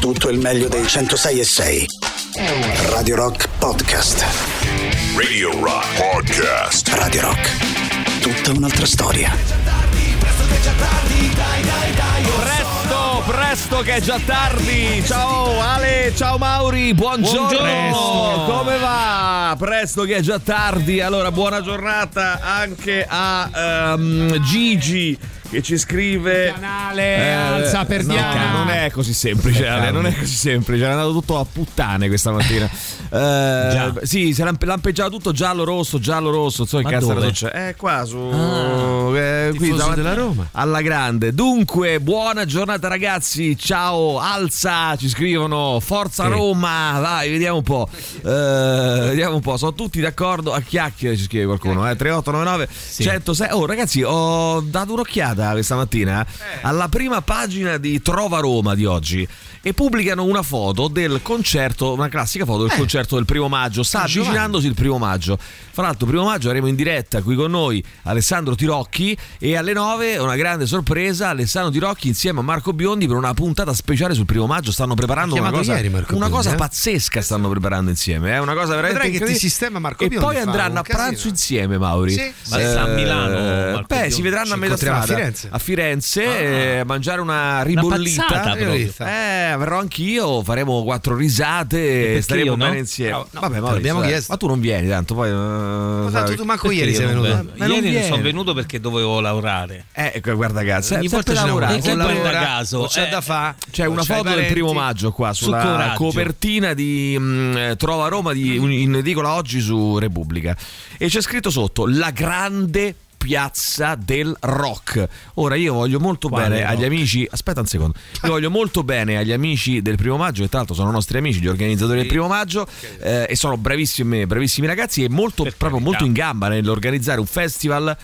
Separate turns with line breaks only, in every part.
tutto il meglio dei 106.6. Radio Rock Podcast.
Radio Rock Podcast.
Radio Rock. Tutta un'altra storia.
Presto che è già tardi. Ciao Ale, ciao Mauri, buongiorno. Come va? Presto che è già tardi. Allora, buona giornata anche a Gigi che ci scrive
canale alza per Diana.
Non è così semplice, Ale, non è così semplice. È andato tutto a puttane questa mattina. Sì, si è lampeggiato tutto giallo rosso, so che cazzo c'è. Qua su qui
della Roma.
Alla grande. Dunque, buona giornata ragazzi. Ciao, alza, ci scrivono. Forza Roma. Vai, vediamo un po'. Vediamo un po'. Sono tutti d'accordo? A chiacchiere ci scrive qualcuno, 3899 106. Oh ragazzi, ho dato un'occhiata questa mattina alla prima pagina di Trova Roma di oggi e pubblicano una foto del concerto, una classica foto del concerto del 1 maggio. Sta avvicinandosi il 1 maggio. Fra l'altro 1 maggio avremo in diretta qui con noi Alessandro Tirocchi e alle 9 una grande sorpresa, Alessandro Tirocchi insieme a Marco Biondi per una puntata speciale sul 1 maggio. Stanno preparando una cosa pazzesca, stanno preparando insieme, è una cosa veramente incredibile.
Che ti sistema Marco
e
Biondi
poi andranno a pranzo insieme, Mauri.
Ma sta a Milano.
Si vedranno a metà strada a Firenze a mangiare una ribollita. Verrò anch'io, faremo 4 risate e staremo bene insieme. Vabbè,
abbiamo chiesto.
Ma tu non vieni tanto poi.
Tanto tu manco ieri sei venuto.
Ieri non sono venuto perché dovevo lavorare.
Guarda cazzo,
ogni volta
lavorare.
Prenda caso.
C'è da fare.
C'è una foto del 1 maggio qua sulla copertina di Trova Roma in edicola oggi su Repubblica e c'è scritto sotto: la grande piazza del rock. Ora io voglio molto bene agli amici, aspetta un secondo, io voglio molto bene agli amici del 1 maggio, che tra l'altro sono nostri amici, gli organizzatori del 1 maggio e sono bravissimi ragazzi e molto in gamba nell'organizzare un festival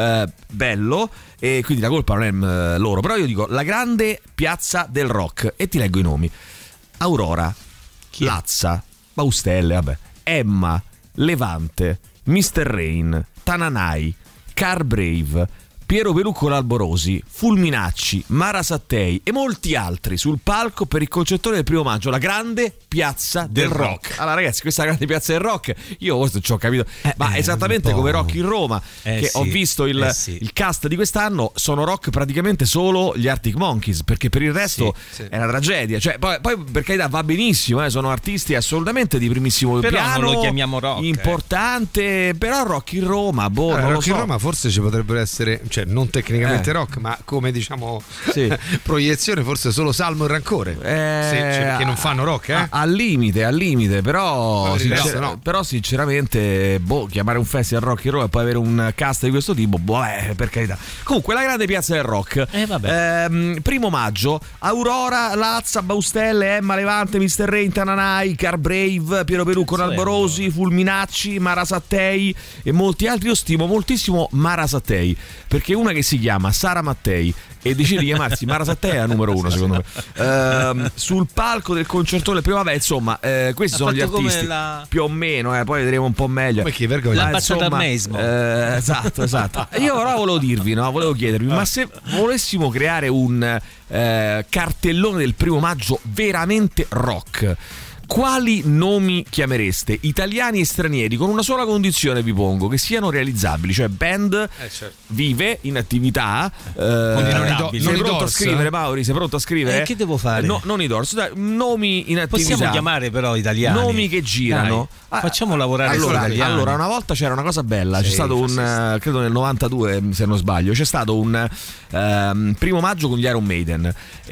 bello, e quindi la colpa non è loro, però io dico la grande piazza del rock e ti leggo i nomi: Aurora, Lazza, Baustelle, Emma, Levante, Mr. Rain, Tananai, Car Brave, Piero Pelucco l'Alborosi, Fulminacci, Mara Sattei e molti altri sul palco per il concertone del 1 maggio, la grande piazza del rock. Allora ragazzi, questa grande piazza del rock, io questo ci ho capito, ma esattamente come Rock in Roma, che ho visto il cast di quest'anno, sono rock praticamente solo gli Arctic Monkeys, perché per il resto è una tragedia. Cioè, poi per carità va benissimo, sono artisti assolutamente di primissimo piano,
non lo chiamiamo rock,
importante, però Rock in Roma, non lo
Rock
so.
in Roma forse ci potrebbero essere, cioè non tecnicamente rock, ma come diciamo proiezione forse solo Salmo e Rancore, perché non fanno rock,
al limite, però sinceramente chiamare un festival Rock in Roma e poi avere un cast di questo tipo, per carità. Comunque la grande piazza del rock, 1 maggio, Aurora, Lazza, Baustelle, Emma, Levante, Mr. Rain, Tananai, Car Brave, Piero Pelucco Alborosi, Fulminacci, Mara Sattei e molti altri. Io stimo moltissimo Mara Sattei perché una che si chiama Sara Mattei e decide di chiamarsi Mara Sattei è la numero 1 secondo me. Sul palco del concertone prima, insomma, questi sono gli artisti più o meno, poi vedremo un po' meglio.
Perché vergogna.
L'ambasciatornesimo.
Esatto. Io ora volevo chiedervi, ma se volessimo creare un cartellone del 1 maggio veramente rock, quali nomi chiamereste, italiani e stranieri, con una sola condizione vi pongo: che siano realizzabili, cioè band vive in attività. Sei pronto a scrivere, Mauri? Sei pronto a scrivere?
Che devo fare?
No, non i Doors, nomi in attività.
Possiamo chiamare però italiani,
nomi che girano.
Facciamo lavorare solo italiani.
Allora, una volta c'era una cosa bella, c'è stato credo nel 92 se non sbaglio, c'è stato un 1 maggio con gli Iron Maiden,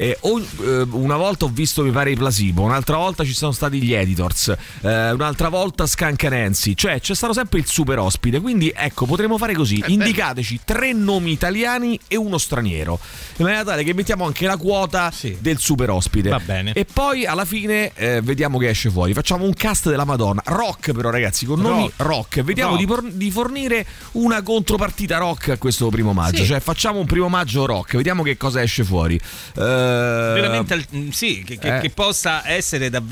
una volta ho visto mi pare i Placebo, un'altra volta ci sono stati gli Editors, un'altra volta Scancanensi, cioè c'è stato sempre il super ospite, quindi ecco, potremmo fare così: indicateci 3 nomi italiani e uno straniero, in maniera tale che mettiamo anche la quota del super ospite.
Va bene.
E poi alla fine vediamo che esce fuori, facciamo un cast della Madonna, rock però ragazzi, con nomi rock, vediamo di fornire una contropartita rock a questo 1 maggio, cioè facciamo un 1 maggio rock, vediamo che cosa esce fuori.
Veramente che possa essere davvero, no?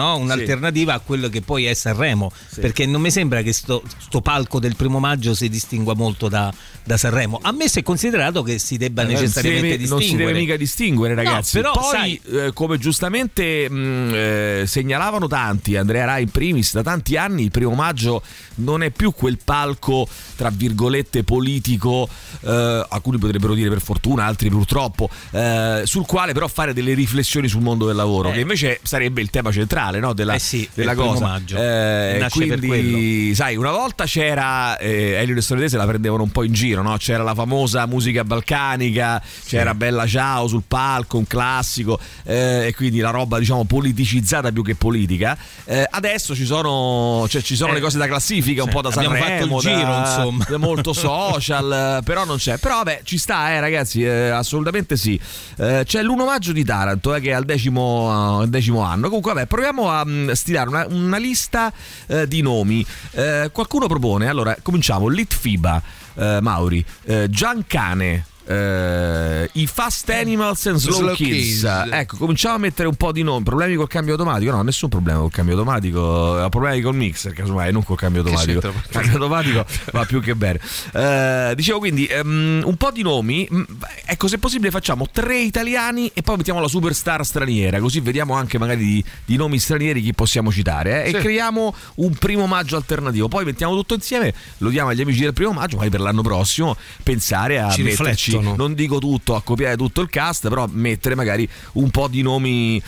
no? Un'alternativa a quello che poi è Sanremo, perché non mi sembra che sto palco del 1° maggio si distingua molto da Sanremo, ammesso e considerato che si debba necessariamente distinguere.
Non si deve mica distinguere, ragazzi.
No, però
poi come giustamente segnalavano tanti, Andrea Rai in primis, da tanti anni il 1° maggio non è più quel palco tra virgolette politico, alcuni potrebbero dire per fortuna, altri purtroppo, sul quale però fare delle riflessioni sul mondo del lavoro, che invece sarebbe il tema centrale, no? della cosa.
Maggio.
Quindi sai, una volta c'era Elio Le Storie Tese la prendevano un po' in giro, no? C'era la famosa musica balcanica, c'era Bella Ciao sul palco, un classico, e quindi la roba diciamo politicizzata più che politica. Adesso ci sono le cose da classifica, un po' da Sanremo,
fatto il giro, insomma,
molto social, però non c'è. Però vabbè, ci sta, ragazzi, assolutamente sì. C'è l'1 maggio di Taranto, che è al 10° anno. Comunque vabbè, proviamo a stilare una lista di nomi. Qualcuno propone, allora cominciamo. Litfiba, Mauri, Giancane, i Fast Animals and Slow Kids. Ecco, cominciamo a mettere un po' di nomi. Problemi col cambio automatico? No, nessun problema col cambio automatico. Ho problemi col mixer, casomai, non col cambio automatico. Il cambio automatico va più che bene. Dicevo, quindi un po' di nomi. Ecco, se possibile facciamo 3 italiani e poi mettiamo la superstar straniera, così vediamo anche magari di nomi stranieri chi possiamo citare, e creiamo un 1° maggio alternativo. Poi mettiamo tutto insieme, lo diamo agli amici del 1° maggio, poi per l'anno prossimo pensare a metterci, non dico tutto, a copiare tutto il cast, però mettere magari un po' di nomi,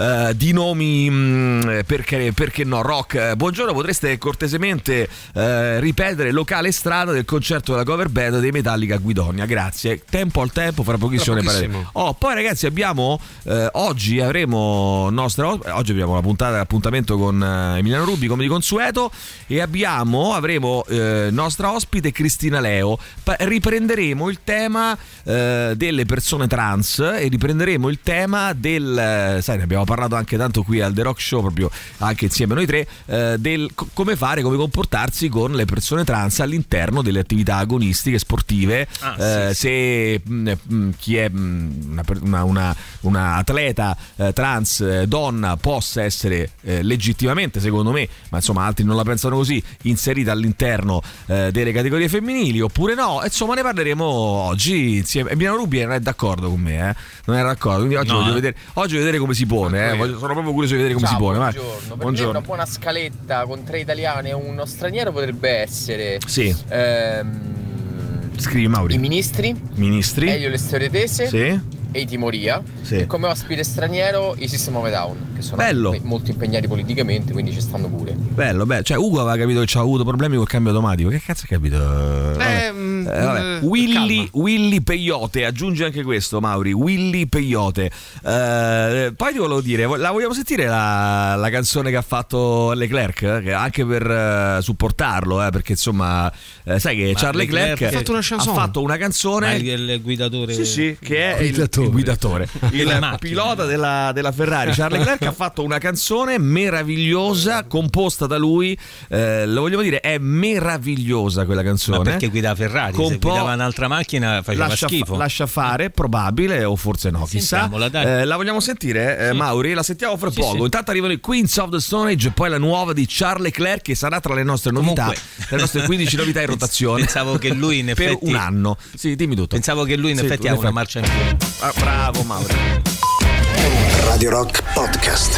perché no. Rock, buongiorno, potreste cortesemente ripetere locale strada del concerto della cover band dei Metallica a Guidonia, grazie. Tempo al tempo, fra pochissimo ne parleremo. Poi ragazzi abbiamo oggi abbiamo l'appuntamento con Emiliano Rubi come di consueto, e avremo nostra ospite Cristina Leo. Riprenderemo il tema delle persone trans e riprenderemo il tema ne abbiamo parlato anche tanto qui al The Rock Show, proprio anche insieme noi tre, del come comportarsi con le persone trans all'interno delle attività agonistiche sportive. Se chi è una atleta trans donna possa essere legittimamente, secondo me, ma insomma altri non la pensano così, inserita all'interno delle categorie femminili oppure no. Insomma, ne parleremo oggi insieme. Emiliano Rubi non è d'accordo con me, non è d'accordo, quindi oggi voglio vedere come si pone, sono proprio curioso di vedere come si pone.
Buongiorno. Per me una buona scaletta con 3 italiani e uno straniero potrebbe essere
scrivi, Mauri.
I ministri, Elio Le Storie Tese, e i Timoria, e come ospite straniero i System of a Down, che sono molto impegnati politicamente, quindi ci stanno pure.
Bello, cioè Ugo aveva capito che c'ha avuto problemi col cambio automatico. Che cazzo hai capito? Willy Peyote, aggiunge anche questo, Mauri. Willy Peyote. Poi ti volevo dire, la vogliamo sentire la canzone che ha fatto Leclerc, anche per supportarlo, perché insomma sai che Charles Leclerc ha fatto una canzone.
Il guidatore,
che è il guidatore, il pilota della Ferrari. Charles Leclerc ha fatto una canzone meravigliosa composta da lui, lo vogliamo dire, è meravigliosa quella canzone. Ma
perché guida Ferrari? Se guidava un'altra macchina faceva schifo.
Lascia fare, probabile, o forse no, chissà. La vogliamo sentire, Mauri? La sentiamo fra poco. Intanto arrivano i Queens of the Stone Age, poi la nuova di Charles Leclerc, che sarà tra le nostre novità, le nostre 15 novità in rotazione.
Pensavo che lui in effetti
per un anno. Sì, dimmi tutto.
Pensavo che lui in effetti ha una marcia in più.
Bravo Mauri.
Radio Rock Podcast.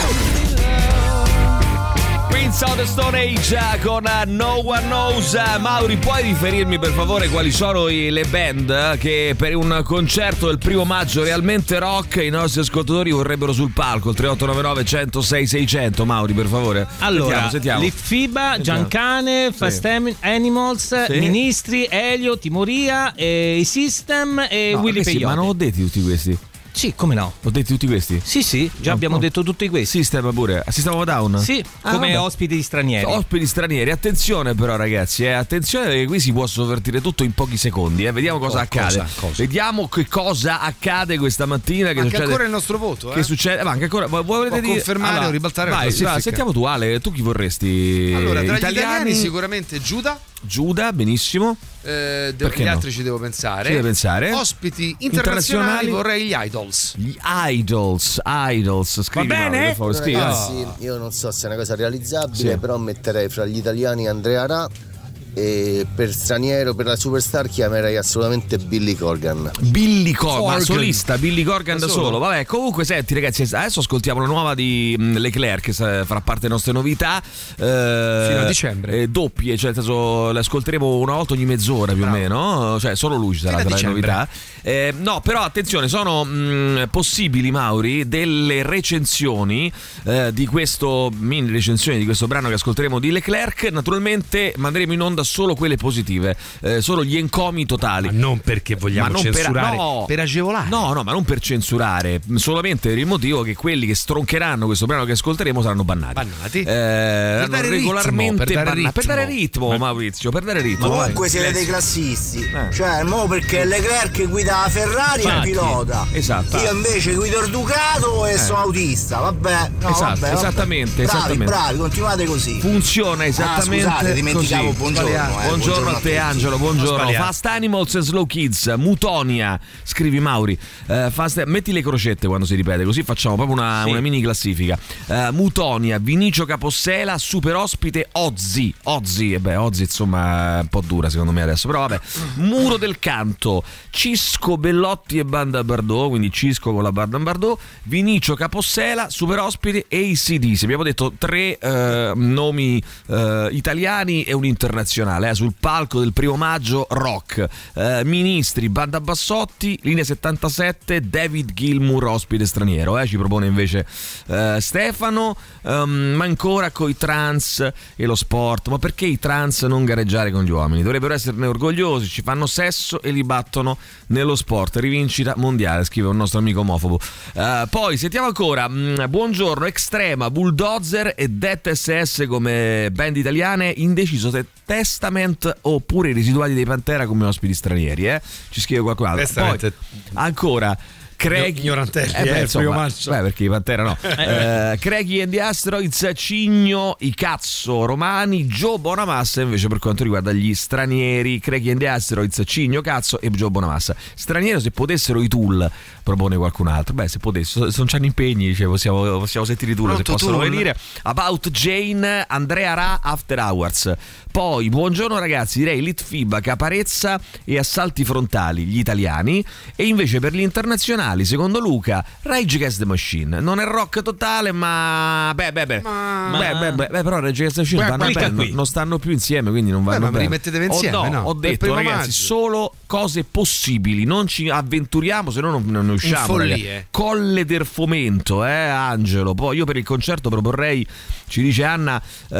Queens of the Stone Age con No One Knows. Mauri, puoi riferirmi per favore quali sono le band che per un concerto del 1° maggio realmente rock i nostri ascoltatori vorrebbero sul palco? Il 3899 106 600. Mauri, per favore.
Allora,
sentiamo.
Litfiba, Giancane, Fast Animals, Ministri, Elio, Timoria, i System e Willy Peyote.
Ma non ho detto tutti questi?
Sì, come no?
Ho detto tutti questi?
Sì, già abbiamo detto tutti questi.
System pure. System of a Down?
Sì, come ospiti stranieri.
Ospiti stranieri, attenzione però ragazzi, attenzione perché qui si può sovvertire tutto in pochi secondi, Vediamo cosa accade. Vediamo che cosa accade questa mattina. Che succede
ancora il nostro voto,
Che succede? Ma anche ancora, volete dire
confermare o ribaltare la classifica?
Sentiamo tu, Ale, tu chi vorresti?
Allora, tra gli italiani sicuramente Giuda.
Giuda, benissimo.
Gli altri ci devo pensare. Ospiti internazionali vorrei gli Idols.
Gli Idols. Scrivi,
va bene?
Ragazzi, io non so se è una cosa realizzabile, però metterei fra gli italiani Andrea Ra. E per straniero, per la superstar, chiamerei assolutamente Billy Corgan.
Ma solista, Billy Corgan da solo. Vabbè, comunque senti ragazzi, adesso ascoltiamo la nuova di Leclerc, che farà parte delle nostre novità
fino a dicembre,
doppie, cioè nel senso le ascolteremo una volta ogni mezz'ora più o meno, cioè solo lui sarà tra le novità. No, però attenzione, sono possibili, Mauri, delle recensioni di questo mini recensioni di questo brano che ascolteremo di Leclerc. Naturalmente manderemo in onda solo quelle positive, solo gli encomi totali.
Ma non perché vogliamo censurare, per agevolare.
No, ma non per censurare, solamente per il motivo che quelli che stroncheranno questo brano che ascolteremo saranno bannati.
Per dare regolarmente
per dare ritmo, Maurizio, per dare ritmo.
Ma comunque siete dei classisti. Cioè, mo perché Leclerc guida la Ferrari e pilota.
Esatto.
Io invece guido il Ducato e sono autista. Vabbè.
Esattamente.
Bravi, continuate così.
Funziona esattamente.
Scusate, dimenticavo
così. Buongiorno a te, Angelo. Buongiorno. Fast Animals and Slow Kids, Mutonia. Scrivi, Mauri. Metti le crocette quando si ripete, così facciamo proprio una mini classifica. Mutonia, Vinicio Capossela, super ospite Ozzy, insomma, un po' dura secondo me adesso, però vabbè. Muro del Canto, Cisco, Bellotti e Banda Bardot, quindi Cisco con la Banda Bardot, Vinicio Capossela, super ospite e AC/DC. Abbiamo detto 3 nomi italiani e un internazionale sul palco del 1 maggio rock. Ministri, Banda Bassotti, Linea 77, David Gilmour ospite straniero, ci propone invece Stefano. Ma ancora coi trans e lo sport. Ma perché i trans non gareggiare con gli uomini? Dovrebbero esserne orgogliosi, ci fanno sesso e li battono nello sport. Rivincita mondiale, scrive un nostro amico omofobo. Poi sentiamo ancora. Buongiorno, Extrema, Bulldozer e Det SS come band italiane, indeciso se Testament oppure i Residuali dei Pantera come ospiti stranieri, ci scrive qualcun altro. Poi ancora Craigie,
ignorantelli, il primo maggio.
Perché i Pantera no. Craigie and the Asteroids, Cigno, i Cazzo Romani, Joe Bonamassa invece per quanto riguarda gli stranieri. Craigie and the Asteroids, Cigno, Cazzo e Joe Bonamassa. Straniero se potessero i Tool, propone qualcun altro. Se potessero, se non c'hanno impegni, possiamo sentire i Tool. Pronto, se possono venire. About Jane, Andrea Ra, After Hours. Poi buongiorno ragazzi, direi Litfiba, Caparezza e Assalti Frontali, gli italiani. E invece per gli internazionali, secondo Luca, Rage Against the Machine. Non è rock totale, ma però Rage Against the Machine non stanno più insieme, quindi non vanno bene.
Ma rimettetevi insieme, no?
Ho detto ragazzi, solo cose possibili, non ci avventuriamo, se no non ne usciamo.
Follie.
Colle del Fomento, Angelo. Poi io per il concerto proporrei, ci dice Anna,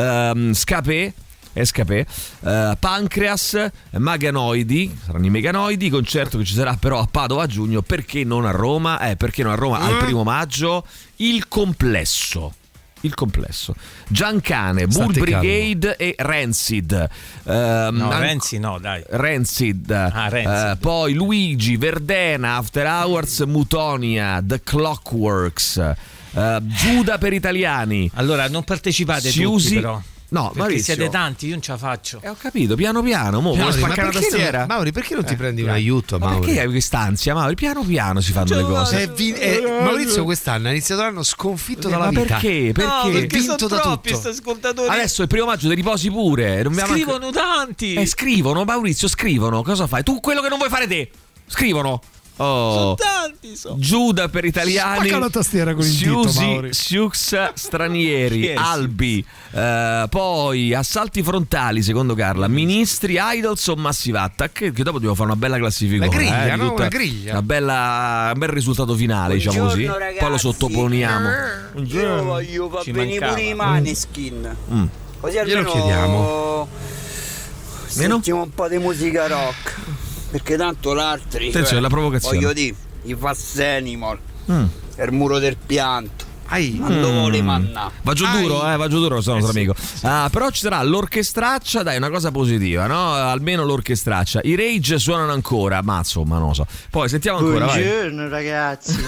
Escapé, Pancreas, Maganoidi, saranno i Meganoidi, concerto che ci sarà però a Padova a giugno. Perché non a Roma? Perché non a Roma al 1 maggio? Il complesso. Giancane, Bull Brigade e Rancid.
Rancid no, dai.
Rancid. Poi Luigi, Verdena, After Hours, Mutonia, The Clockworks, Giuda per italiani.
Allora non partecipate tutti però.
No,
perché
Maurizio,
siete tanti, io non ce la faccio.
Ho capito, piano. Vuoi spaccare la tastiera?
Mauri, perché non ti prendi un aiuto, Mauri?
Perché hai quest'ansia, Mauri? Piano si fanno le cose.
Maurizio quest'anno ha iniziato l'anno sconfitto dalla vita.
Perché?
No, perché
vinto
sono
da
troppi
tutto.
sti ascoltatori.
Adesso il 1 maggio ti riposi pure.
Scrivono tanti.
Scrivono, Maurizio, scrivono. Cosa fai? Tu quello che non vuoi fare te. Scrivono.
Sono tanti.
Giuda per italiani,
spacca la tastiera con il dito, Mauri.
Siux stranieri, Albi, poi Assalti Frontali secondo Carla, Ministri, Idols o Massive Attack, che dopo dobbiamo fare una bella classifica,
una griglia, una griglia,
un bel risultato finale. Buongiorno, diciamo così, ragazzi. Poi lo sottoponiamo.
Io voglio far venire pure i Maneskin, così almeno
glielo chiediamo.
Sentiamo un po' di musica rock, perché tanto l'altri,
attenzione, la provocazione,
voglio dire, i Fast Animal, il Muro del Pianto, Quando vuole manna.
Va giù duro, sono nostro amico. Però ci sarà l'orchestraccia, dai, una cosa positiva, no? Almeno l'orchestraccia. I Rage suonano ancora, ma insomma, non lo so. Poi sentiamo ancora.
Buongiorno ragazzi.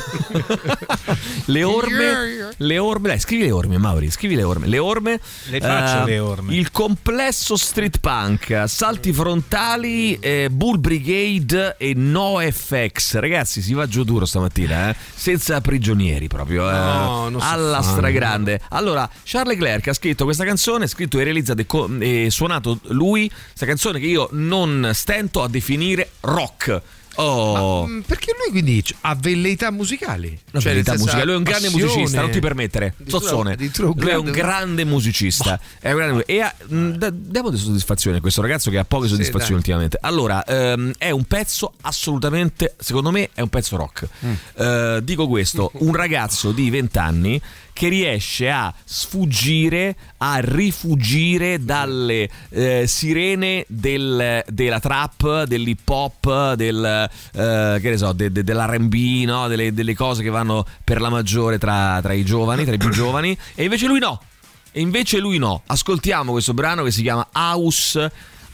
Le orme, dai, scrivi le orme, Mauri, scrivi le orme.
Le faccio le orme.
Il complesso street punk, salti frontali, Bull Brigade e NoFX. Ragazzi, si va giù duro stamattina, senza prigionieri proprio. Alla stragrande. Allora, Charles Leclerc ha scritto questa canzone, scritto e realizzato e suonato lui, questa canzone che io non stento a definire rock.
Perché lui quindi ha velleità musicali?
Velleità musicali. Lui è un grande musicista, non ti permettere. Zozzone. Lui è un grande musicista. Diamo delle soddisfazioni a questo ragazzo che ha poche soddisfazioni ultimamente. Allora, è un pezzo assolutamente, secondo me, è un pezzo rock. Dico questo, un ragazzo di 20 anni che riesce a sfuggire, a rifugire dalle sirene della trap, dell'hip hop, che ne so, dell'R&B, no? delle cose che vanno per la maggiore tra i giovani, tra i più giovani, e invece lui no. Ascoltiamo questo brano che si chiama House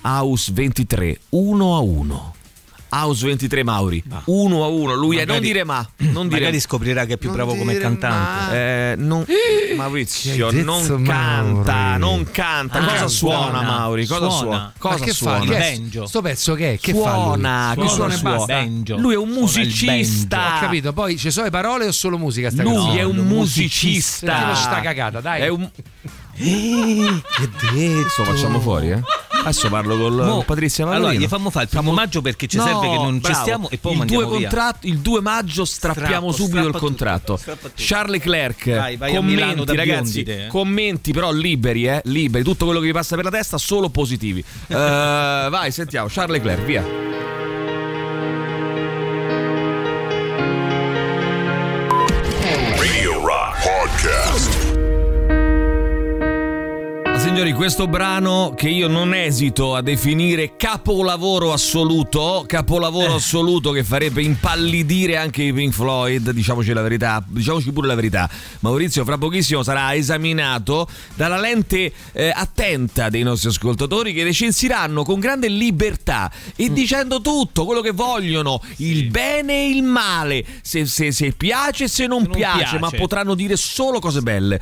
23, 1-1. House 23 Mauri, 1-1. Lui magari, non dire ma.
Magari scoprirà che è più bravo come cantante.
Maurizio non canta. Cosa suona Mauri? Cosa suona?
Cosa suona? Sto pezzo che è? Che
suona?
Che suona e basta?
Lui è un musicista.
Ho capito, poi ci sono le parole o solo musica?
Lui è un musicista.
Che sta cagata, dai.
È un... Che detto? Facciamo fuori, Adesso parlo con Patrizia Marolino.
Allora gli fammo fare il primo maggio perché ci serve che non ci stiamo e poi mandiamo via.
Il 2 maggio strappiamo subito il contratto. Charles Leclerc, commenti ragazzi, commenti però liberi, tutto quello che vi passa per la testa solo positivi. Vai, sentiamo Charles Leclerc, via.
Radio Rock Podcast.
Signori, questo brano che io non esito a definire capolavoro assoluto che farebbe impallidire anche i Pink Floyd, diciamoci pure la verità. Maurizio fra pochissimo sarà esaminato dalla lente attenta dei nostri ascoltatori, che recensiranno con grande libertà e dicendo tutto quello che vogliono, il bene e il male, se piace e se non piace, ma potranno dire solo cose belle.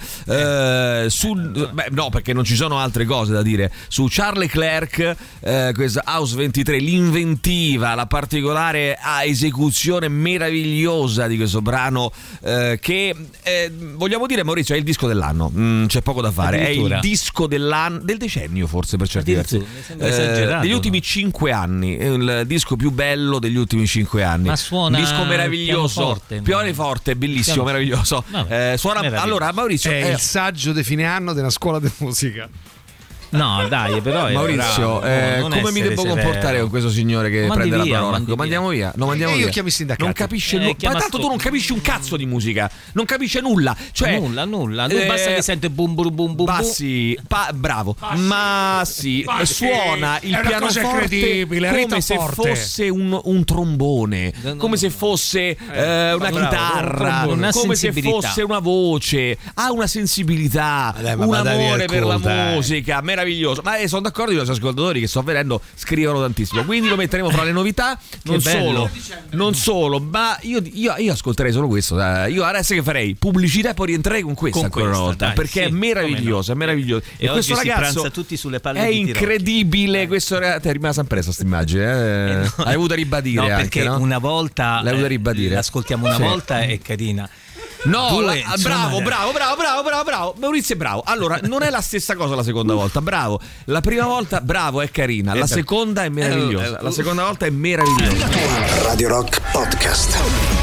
No, perché non ci sono altre cose da dire su Charles Leclerc. Questa House 23, l'inventiva, la particolare esecuzione meravigliosa di questo brano, che vogliamo dire, Maurizio, è il disco dell'anno. C'è poco da fare, è il disco dell'anno, del decennio forse per certi versi, degli ultimi 5 anni, è il disco più bello degli ultimi 5 anni.
Ma suona
un disco meraviglioso, pianoforte, bellissimo, meraviglioso. Suona. Allora Maurizio
è il saggio di fine anno della scuola di musica.
No, dai, però
Maurizio, come mi devo comportare con questo signore che prende la parola? Lo mandiamo via. Io
chiamo il sindacato.
Non capisce nulla. Ma tanto tu non capisci un cazzo di musica. Non capisce nulla. Cioè,
nulla. Basta che sente boom boom boom boom.
Bassi, bravo. Ma sì, suona il pianoforte come se fosse un trombone, come se fosse una chitarra, come se fosse una voce. Ha una sensibilità, un amore per la musica meraviglioso. Ma sono d'accordo, i nostri ascoltatori che sto vedendo scrivono tantissimo, quindi lo metteremo fra le novità. Non solo, ma io ascolterei solo questo. Io adesso che farei pubblicità e poi rientrerei con questa ancora una volta, perché è meraviglioso, è meraviglioso.
E questo ragazzo tutti sulle palle
è incredibile. Questo ti è rimasta impressa questa immagine, Hai avuto a ribadire
perché
anche, no?
Una volta
l'hai avuta a ribadire.
L'ascoltiamo una volta, è carina.
No, bravo. Maurizio è bravo. Allora, non è la stessa cosa la seconda volta. Bravo. La prima volta, bravo, è carina. La seconda è meravigliosa. La seconda volta è meravigliosa.
Radio Rock Podcast.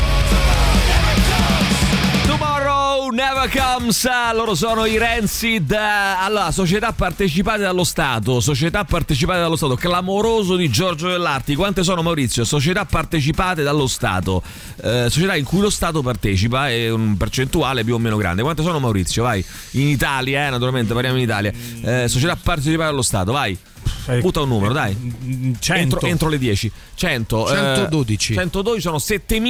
Tomorrow Never Comes. Loro sono i Rancid. Allora, società partecipate dallo Stato. Clamoroso di Giorgio Dell'Arti. Quante sono, Maurizio? Società partecipate dallo Stato. Società in cui lo Stato partecipa, è un percentuale più o meno grande. Quante sono, Maurizio? Vai. In Italia, naturalmente parliamo in Italia. Società partecipate dallo Stato, vai. butta un numero, dai.
100.
Entro le 10.
112.
112 sono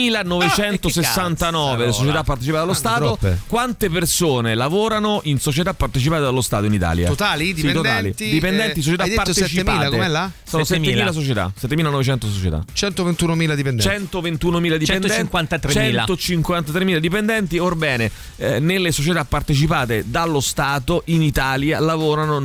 7.969 le società partecipate dallo Stato.
Troppe.
Quante persone lavorano in società partecipate dallo Stato in Italia?
Totali? Dipendenti?
Totali. Dipendenti, società
hai detto
partecipate.
7.000, com'è là?
Sono 7.000 società, 7.900 società.
121.000 dipendenti.
121.000 dipendenti. 153.000 dipendenti. Orbene, nelle società partecipate dallo Stato in Italia lavorano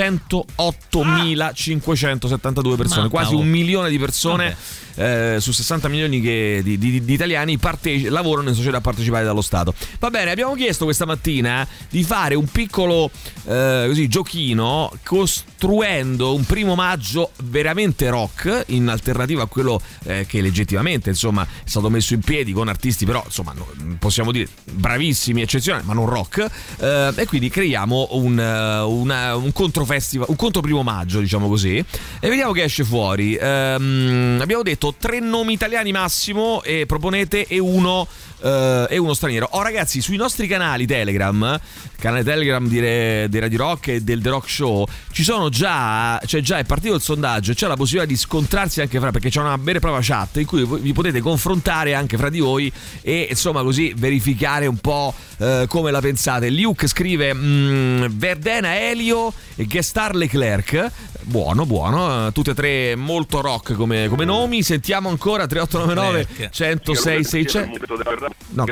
908.572 persone, quasi 1 milione di persone. Su 60 milioni di italiani lavorano in società partecipate dallo Stato. Va bene, abbiamo chiesto questa mattina di fare un piccolo giochino costruendo un 1° maggio veramente rock, in alternativa a quello che legittimamente è stato messo in piedi con artisti però possiamo dire bravissimi, eccezionali, ma non rock, e quindi creiamo un controfestival, un contro 1° maggio, diciamo così, e vediamo che esce fuori. Abbiamo detto 3 nomi italiani massimo e proponete e uno straniero. Ragazzi, sui nostri canale Telegram di Radio Rock e del The Rock Show c'è già è partito il sondaggio, c'è la possibilità di scontrarsi anche perché c'è una vera e propria chat in cui vi potete confrontare anche fra di voi e così verificare un po' come la pensate. Luke scrive Verdena, Elio e Guestar Leclerc. Buono, tutti e 3 molto rock come nomi. Sentiamo ancora 3899 106 600. No,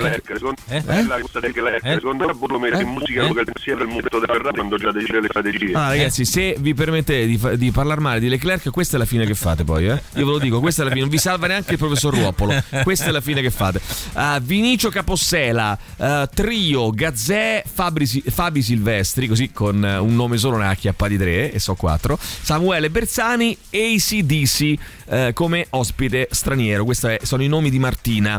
secondo me secondo me in musica sia per il momento del rap quando già decide le strategie.
Ragazzi, se vi permettete di parlare male di Leclerc, questa è la fine che fate poi, Io ve lo dico, questa è la fine, non vi salva neanche il professor Ruoppolo. Questa è la fine che fate. Vinicio Capossela, Trio, Gazzè, Fabi Silvestri, così con un nome solo ne ha acchiappati 3 e so 4. Samuele Bersani, AC/DC come ospite straniero. Questi sono i nomi di Martina.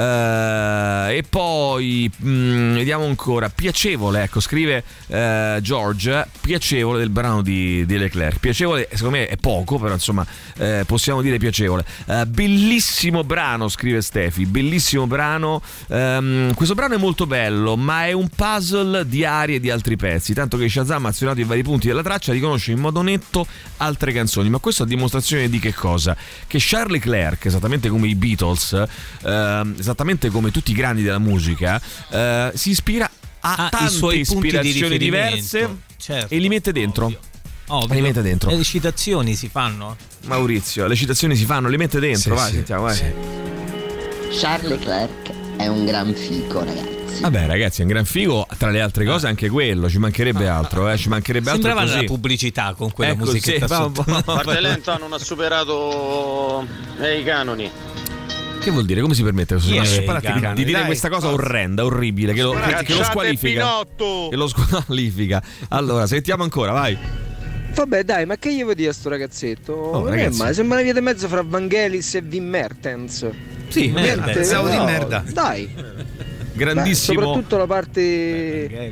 E poi vediamo ancora. Piacevole, ecco, scrive George, piacevole del brano di Leclerc. Piacevole secondo me è poco, però possiamo dire piacevole. Bellissimo brano, scrive Stefi, bellissimo brano. Questo brano è molto bello, ma è un puzzle di arie e di altri pezzi, tanto che Shazam ha azionato i vari punti della traccia, riconosce in modo netto altre canzoni. Ma questo a dimostrazione di che cosa? Che Charles Leclerc, esattamente come i Beatles, esattamente come tutti i grandi della musica, si ispira a tante ispirazioni diverse, certo, e li mette dentro. Li mette dentro.
Le citazioni si fanno?
Maurizio, le citazioni si fanno, le mette dentro, vai, sentiamo, vai.
Charles Leclerc è un gran figo, ragazzi.
Vabbè, ragazzi, è un gran figo, tra le altre cose anche quello, ci mancherebbe altro, ci mancherebbe altro.
Sembrava la pubblicità con quella musichetta.
Bartelletta non ha superato i canoni.
Che vuol dire? Come si permette di dire questa cosa orrenda, orribile, che lo squalifica? Che lo squalifica. Allora, sentiamo ancora, vai.
Vabbè, dai, ma che gli vuoi dire a sto ragazzetto? Ragazzi, sembra una via di mezzo fra Vangelis e Wim Mertens.
Sì,
pensavo di merda.
Dai.
Grandissimo.
Soprattutto la parte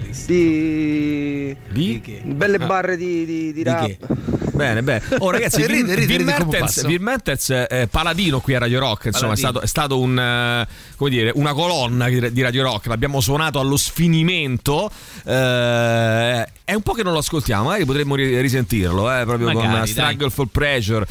di belle barre di rap.
Bene. Ragazzi, Wim Mertens paladino qui a Radio Rock, insomma, è stato una colonna di Radio Rock. L'abbiamo suonato allo sfinimento. È un po' che non lo ascoltiamo, magari potremmo risentirlo, proprio magari, con Struggle for Pressure.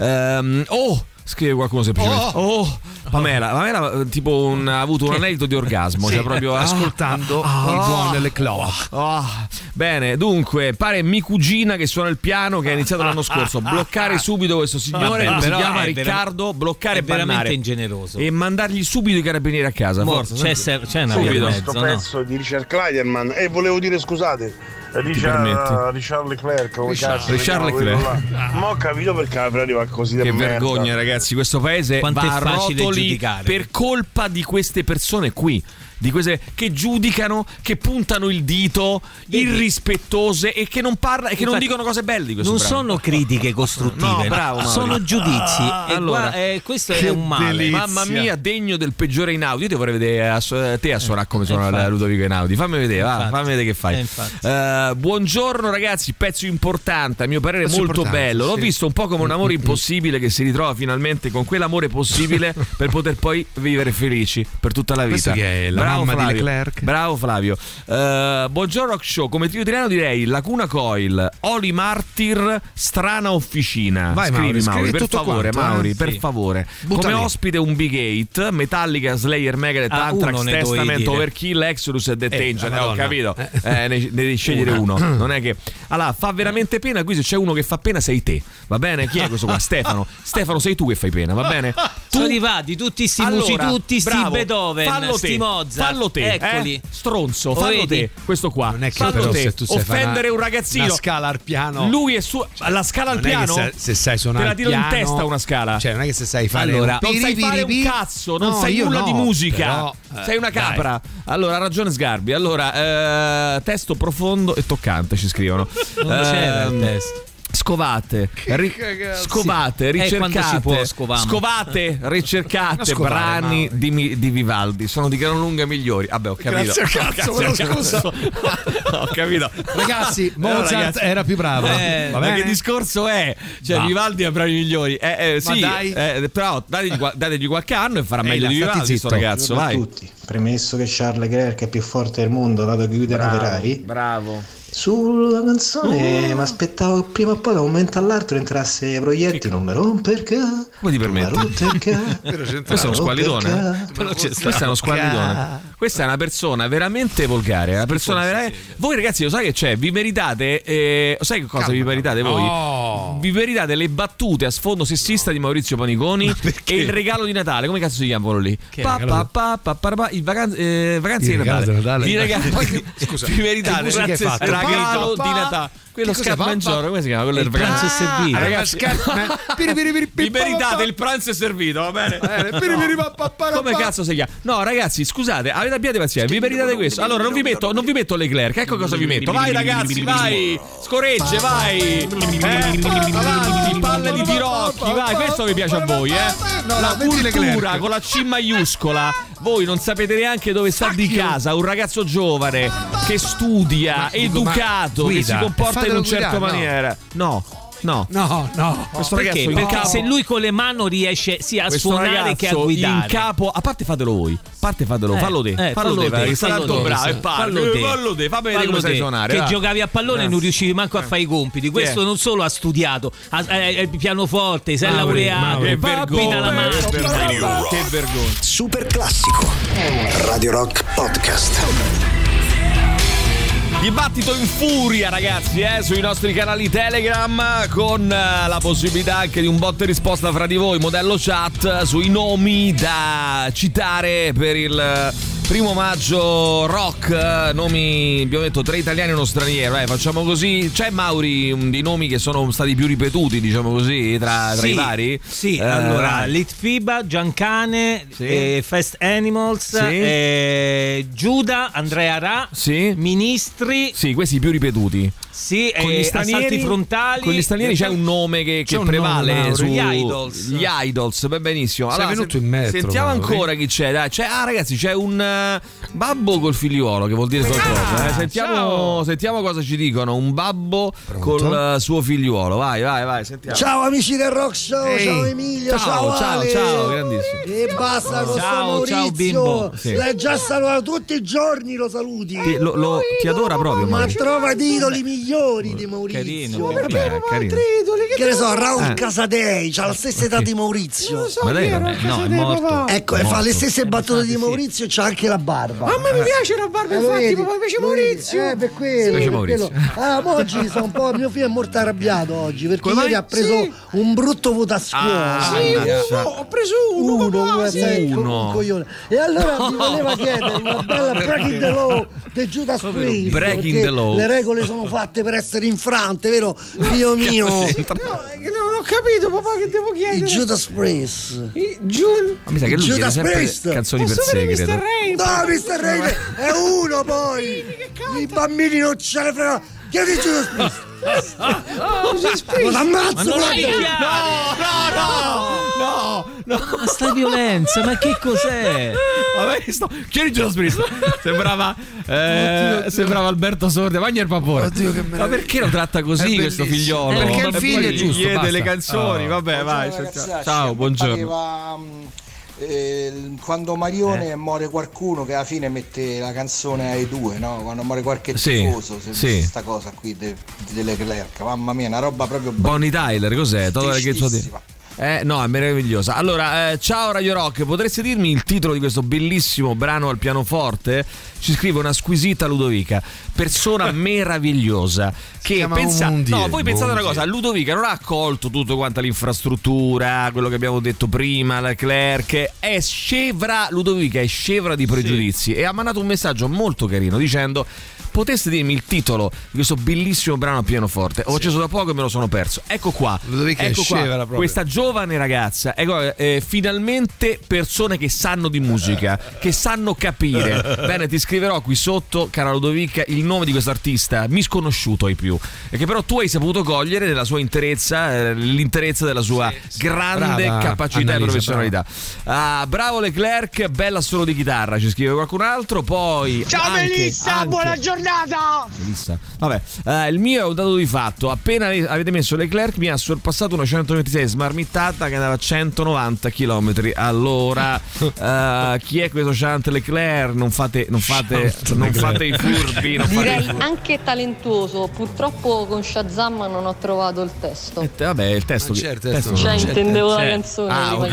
Scrive qualcuno semplicemente. Pamela tipo ha avuto un anelito di orgasmo, cioè proprio
ascoltando il buon Leclerc.
Bene, dunque pare mia cugina che suona il piano, che ha iniziato l'anno scorso. Bloccare subito questo signore, si chiama Riccardo, bloccare e bannare,
veramente ingeneroso,
e mandargli subito i carabinieri a casa.
Forza, c'è una via di mezzo,
questo pezzo di Richard Kleiderman. E volevo dire, scusate, Richard Leclerc, ma ho capito perché arriva così.
Che vergogna, ragazzi, questo paese
quanto
va
è facile
a rotoli
giudicare
per colpa di queste persone qui, di queste che giudicano, che puntano il dito, irrispettose, e che non parlano e che non dicono cose belle di questo
non
brano.
Sono critiche costruttive,
sono
giudizi.
Allora,
questo è un male.
Delizia. Mamma mia, degno del peggiore Einaudi. Io ti vorrei vedere te a suonare come suona Ludovico Einaudi. Fammi vedere, fammi vedere che fai. Buongiorno ragazzi, pezzo importante, a mio parere molto bello. L'ho visto un po' come un amore impossibile che si ritrova finalmente con quell'amore possibile per poter poi vivere felici per tutta la vita.
Questo che è la
Bravo,
mamma
Flavio.
di Leclerc.
Bravo Flavio. Buongiorno Rock Show, come trio italiano direi Lacuna Coil, Oli Martyr, Strana Officina.
Vai,
Mauri, per favore,
quanto,
Mauri,
sì.
per favore.
Butta
come
lì.
ospite un Big 8, Metallica, Slayer, Megadeth, Anthrax, Testament, Overkill, Exodus e Death Angel. Ho capito. Ne devi scegliere uno. Non è che allora fa veramente pena. Qui se c'è uno che fa pena sei te, va bene? Chi è questo qua? Stefano, sei tu che fai pena, va bene?
Sono arrivati tutti sti musici, tutti sti Beethoven, sti Mozart.
Fallo te,
eccoli.
Stronzo, fallo te. Questo qua.
Non è che
fallo
però
te.
se tu sai
Offendere un ragazzino.
Una scala al piano.
Lui è la scala al piano.
Se sai suonare
te la tiro
piano,
in testa una scala.
Cioè non è che se sai fare
non sai fare un cazzo, non sai nulla di musica.
Però,
sei una capra. Allora ha ragione Sgarbi. Allora testo profondo e toccante ci scrivono.
Non c'era il testo.
Scovate, ricercate, scovate, ricercate brani di Vivaldi. Sono di gran lunga migliori. Vabbè, ho capito. Ho capito.
Ragazzi, Mozart era più bravo.
Ma che discorso è? Cioè, Vivaldi ha brani migliori. Sì, però dategli qualche anno e farà meglio di Vivaldi. Questo ragazzo, vai.
Tutti. Premesso che Charles Leclerc è più forte del mondo, dato che guida una Ferrari.
Bravo.
Sulla canzone mi aspettavo prima o poi da un momento all'altro entrasse Proietti, non me romper perché.
Come ti permetti? Questo è uno squallidone. Questo è uno squallidone. Questa è una persona veramente volgare. Una persona veramente... Voi ragazzi, lo sai che c'è? Vi meritate. Sai che cosa vi meritate voi? Vi meritate le battute a sfondo sessista di Maurizio Paniconi e il regalo di Natale. Come cazzo si chiama quello lì? Il vacanze di Natale. Scusa, vi meritate il regalo di Natale. Quello scatmangioro, come si chiama? Quello del pranzo è servito. Ragazzi, vi meritate il pranzo è servito, va bene? Come cazzo si chiama? No, ragazzi, scusate, abbiate pazienza, vi meritate questo. Allora non vi metto Leclerc, ecco cosa vi metto. Vai ragazzi, vai! Scoregge, vai! Avanti, palle di tirocchi, vai, questo vi piace a voi, La cultura con la C maiuscola. Voi non sapete neanche dove sta di casa un ragazzo giovane che studia, educato, che si comporta in una certa maniera. No.
Questo perché? Perché se lui con le mani riesce sia a suonare che a guidare.
In capo, a parte fatelo voi. Fallo te. Sei tanto bravo. Fallo te. Fammi vedere come sai suonare.
Che giocavi a pallone e non riuscivi manco a fare i compiti. Questo non solo ha studiato, il pianoforte, sei laureato.
Che vergogna. Che vergogna.
Super classico. Radio Rock Podcast.
Dibattito in furia ragazzi sui nostri canali Telegram con la possibilità anche di un botta e risposta fra di voi, modello chat, sui nomi da citare per il 1 maggio rock. Nomi, abbiamo detto 3 italiani e uno straniero, facciamo così. C'è Mauri di nomi che sono stati più ripetuti, diciamo così, tra i vari?
Sì, allora Litfiba, Giancane, Fast Animals, Giuda, Andrea Ra, Ministri.
Sì, questi più ripetuti.
Sì,
con gli stranieri
frontali.
Con gli stranieri c'è un nome che prevale su
gli Idols.
Gli Idols, benissimo.
Allora, venuto in metro.
Sentiamo ancora chi c'è. Ragazzi, c'è un babbo col figliuolo, che vuol dire qualcosa. Sentiamo cosa ci dicono. Un babbo col suo figliuolo. Vai, sentiamo.
Ciao amici del Rock Show, ciao Emilio, ciao Ale.
Ciao, grandissimo.
E basta con Maurizio.
Ciao bimbo.
L'hai già salutato tutti i giorni, lo saluti.
Ti adora proprio.
Ma trova titoli migliori di Maurizio.
Carino. Vabbè, carino.
Che ne so, Raul Casadei c'ha la stessa età di Maurizio.
Ma lei no, è morto.
Ecco, e fa le stesse battute di Maurizio e c'ha anche la barba.
A me mi piace la barba, infatti, papà, mi piace Maurizio.
Per quello. Ma oggi sono un po'. Mio figlio è molto arrabbiato oggi perché ieri ha preso un brutto voto a scuola.
Ho preso uno.
Coglione. E allora mi voleva chiedere una bella breaking the law di Judas Priest.
Breaking the law.
Le regole sono fatte per essere infrante, vero? Figlio mio.
Non ho capito, papà, che devo chiedere.
I Judas Priest.
Ma mi sa che lui chiede sempre canzoni per sé, credo.
No, Mr. Rain è uno poi. I bambini non ce ne frega. Chiedi Judas Priest. Lo ammazzo,
no. Ma sta violenza, ma che cos'è?
Chiedi Judas Priest. Sembrava Alberto Sordi, Magna il Pavone. Ma perché lo tratta così questo figliolo?
Perché il figlio è giusto,
chiede
basta.
le canzoni, vabbè, vai. Ciao,
buongiorno. Quando Marione muore qualcuno che alla fine mette la canzone ai due, no? Quando muore qualche tifoso, questa cosa qui delle Leclerc, mamma mia, una roba proprio
Bonnie Tyler, cos'è? No, è meravigliosa. Allora, ciao Radio Rock, potreste dirmi il titolo di questo bellissimo brano al pianoforte? Ci scrive una squisita Ludovica, persona meravigliosa che pensa, voi pensate una cosa, Ludovica non ha accolto tutto quanto l'infrastruttura, quello che abbiamo detto prima, Leclerc, è scevra, Ludovica è scevra di pregiudizi e ha mandato un messaggio molto carino dicendo: poteste dirmi il titolo di questo bellissimo brano a pianoforte? Ho acceso da poco e me lo sono perso. Ecco qua, questa giovane ragazza, finalmente persone che sanno di musica, che sanno capire. Bene, ti scriverò qui sotto, cara Ludovica, il nome di questo artista misconosciuto ai più, e che però tu hai saputo cogliere nella sua interezza, l'interezza della sua grande capacità e professionalità. Bravo Leclerc, bella solo di chitarra, ci scrive qualcun altro. Poi
ciao Melissa, buona giornata.
Vabbè, il mio è un dato di fatto. Appena avete messo Leclerc mi ha sorpassato una 126 smarmittata che andava a 190 km all'ora. Chi è questo Chant Leclerc? Non fate i furbi.
Direi anche talentuoso. Purtroppo con Shazam non ho trovato il testo.
Vabbè, il testo.
Intendevo la canzone.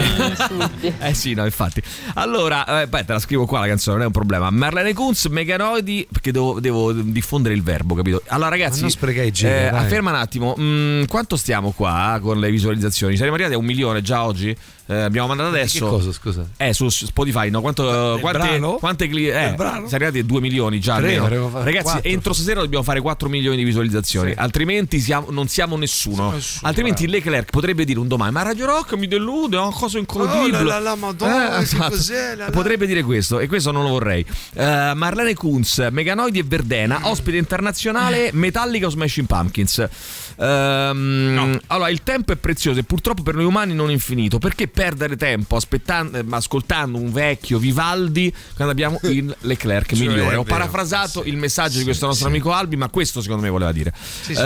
Sì, no, infatti. Allora, te la scrivo qua la canzone, non è un problema. Marlene Kunz, Meganoidi, perché devo diffondere il verbo, capito? Allora ragazzi,
non sprecai giri,
ferma un attimo, quanto stiamo qua con le visualizzazioni? Siamo arrivati a 1 milione già oggi? Abbiamo mandato adesso.
Che cosa, scusa?
Su Spotify, no? Quante siamo arrivati a 2 milioni già. Ragazzi, 4. Entro stasera dobbiamo fare 4 milioni di visualizzazioni, altrimenti non siamo nessuno. Altrimenti Leclerc potrebbe dire un domani: ma Radio Rock mi delude, è una cosa incredibile. Potrebbe dire questo, e questo non lo vorrei. Marlene Kunz, Meganoidi e Verdena, ospite internazionale Metallica o Smashing Pumpkins. Allora, il tempo è prezioso e purtroppo per noi umani non infinito. Perché perdere tempo ascoltando un vecchio Vivaldi quando abbiamo il Leclerc migliore? Ho parafrasato il messaggio di questo nostro amico Albi, ma questo secondo me voleva dire.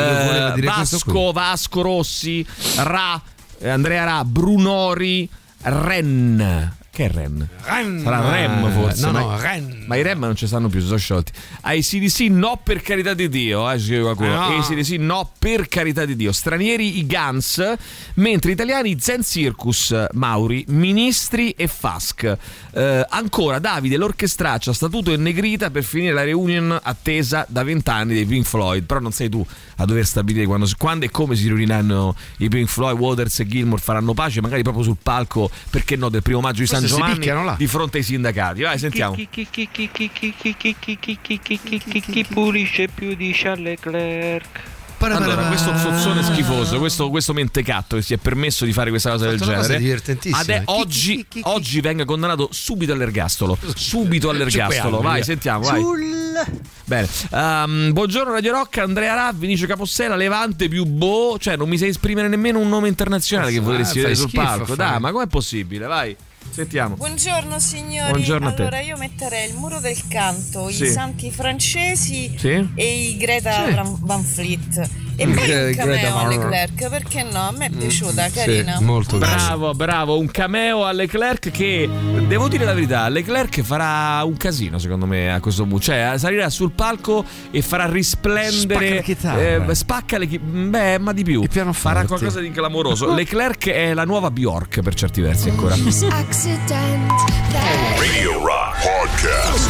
Vasco Rossi, Andrea Ra, Brunori, Ren. Che è Ren? Sarà Rem forse.
Ren.
Ma i Rem non ci stanno più, si sono sciolti. AC/DC no, per carità di Dio, scrive qualcuno. AC/DC no, per carità di Dio. Stranieri i Guns, mentre italiani Zen Circus, Mauri, Ministri e Fask. Ancora Davide, l'orchestraccia statuto in negrita per finire la reunion attesa da 20 anni dei Pink Floyd. Però non sei tu a dover stabilire quando e come si riuniranno i Pink Floyd. Waters e Gilmour faranno pace, magari proprio sul palco, perché no, del primo maggio di San Giovanni di fronte ai sindacati. Vai, sentiamo.
Chi pulisce più di Charles Leclerc?
Allora, questo zozzone schifoso, questo mentecatto che si è permesso di fare questa cosa del genere, oggi venga condannato subito all'ergastolo. Vai, sentiamo, vai. Bene. Buongiorno Radio Rock, Andrea Ra, Vinicio Capossela, Levante più cioè non mi sai esprimere nemmeno un nome internazionale che potresti vedere sul palco. Dai, ma com'è possibile? Vai. Sentiamo.
Buongiorno signori.
Buongiorno a te.
Allora io metterei il muro del canto, i santi francesi e i Greta Van Fleet. E poi un cameo a Leclerc, perché no? A me è piaciuta, carina.
Molto
bravo, un cameo a Leclerc che, devo dire la verità, Leclerc farà un casino secondo me a questo punto. Cioè salirà sul palco e farà risplendere, spacca le ma di più, farà qualcosa di clamoroso. Leclerc è la nuova Bjork per certi versi ancora.
Radio Rock Podcast.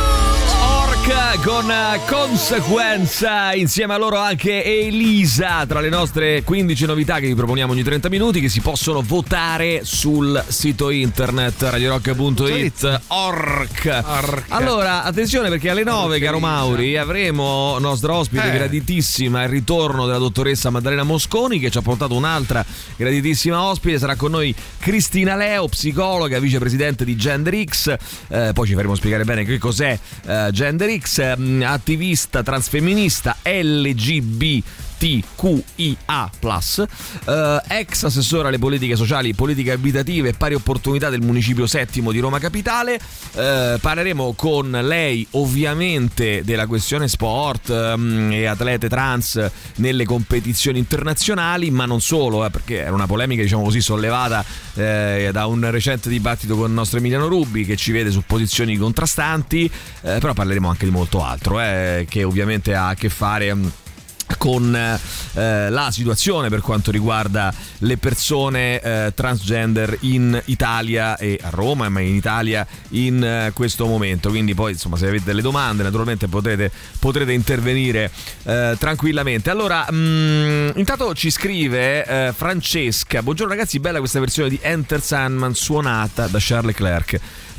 Con Consequenza, insieme a loro anche Elisa, tra le nostre 15 novità che vi proponiamo ogni 30 minuti, che si possono votare sul sito internet radiorock.it. Allora, attenzione, perché alle 9, caro Mauri, avremo nostra ospite graditissima, il ritorno della dottoressa Maddalena Mosconi, che ci ha portato un'altra graditissima ospite. Sarà con noi Cristina Leo, psicologa, vicepresidente di Gender X. Poi ci faremo spiegare bene che cos'è Gender X, attivista transfemminista LGBTQIA+, ex assessore alle politiche sociali, politiche abitative e pari opportunità del municipio settimo di Roma Capitale. Parleremo con lei ovviamente della questione sport e atlete trans nelle competizioni internazionali, ma non solo, perché era una polemica, diciamo così, sollevata da un recente dibattito con il nostro Emiliano Rubi, che ci vede su posizioni contrastanti, però parleremo anche di molto altro, che ovviamente ha a che fare con la situazione per quanto riguarda le persone transgender in Italia e a Roma, ma in Italia in questo momento. Quindi poi, insomma, se avete delle domande naturalmente potrete intervenire tranquillamente. Allora, intanto ci scrive Francesca: buongiorno ragazzi, bella questa versione di Enter Sandman suonata da Charles Leclerc.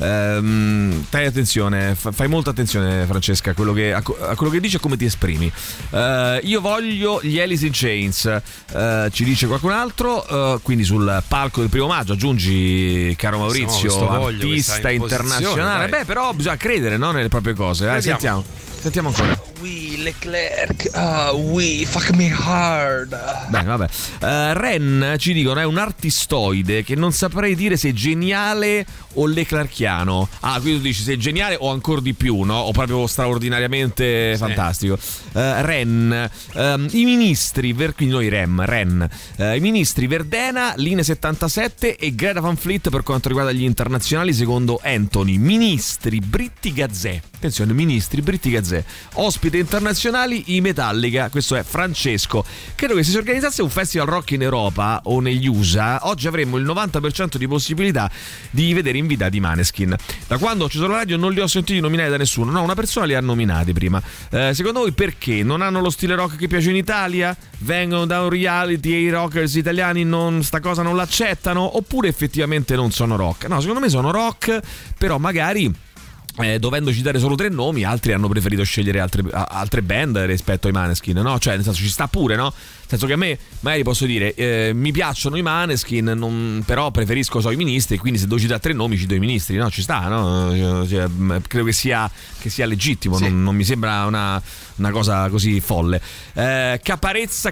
Stai attenzione, fai molta attenzione Francesca a quello che dici e come ti esprimi. Io voglio gli Alice in Chains, ci dice qualcun altro, quindi sul palco del 1 maggio aggiungi, caro Maurizio, artista internazionale. Beh, però bisogna credere, no, nelle proprie cose. Sentiamo ancora.
Oui, Leclerc, oui, fuck me hard.
Bene, vabbè. Ren, ci dicono, è un artistoide che non saprei dire se è geniale o leclerchiano. Quindi tu dici se è geniale o ancora di più, no? O proprio straordinariamente fantastico. Ren, i ministri, quindi noi Ren, i ministri Verdena, Line 77 e Greta Van Fleet per quanto riguarda gli internazionali, secondo Anthony. Ministri Britti Gazzè. Attenzione, ministri Britti Gazzè. Ospite internazionali i Metallica. Questo è Francesco. Credo che se si organizzasse un festival rock in Europa o negli USA, oggi avremmo il 90% di possibilità di vedere invitati Maneskin. Da quando ci sono la radio non li ho sentiti nominati da nessuno. No, una persona li ha nominati prima. Secondo voi perché? Non hanno lo stile rock che piace in Italia? Vengono da un reality e i rockers italiani sta cosa non l'accettano? Oppure effettivamente non sono rock? No, secondo me sono rock, però magari dovendo citare solo 3 nomi, altri hanno preferito scegliere altre band rispetto ai Maneskin, no? Cioè, nel senso, ci sta pure, no? Nel senso che a me magari posso dire mi piacciono i Maneskin, però preferisco i ministri, quindi se devo citare 3 nomi cito i ministri, no? Ci sta, no? Cioè, credo che sia legittimo, sì. non mi sembra una cosa così folle. Caparezza,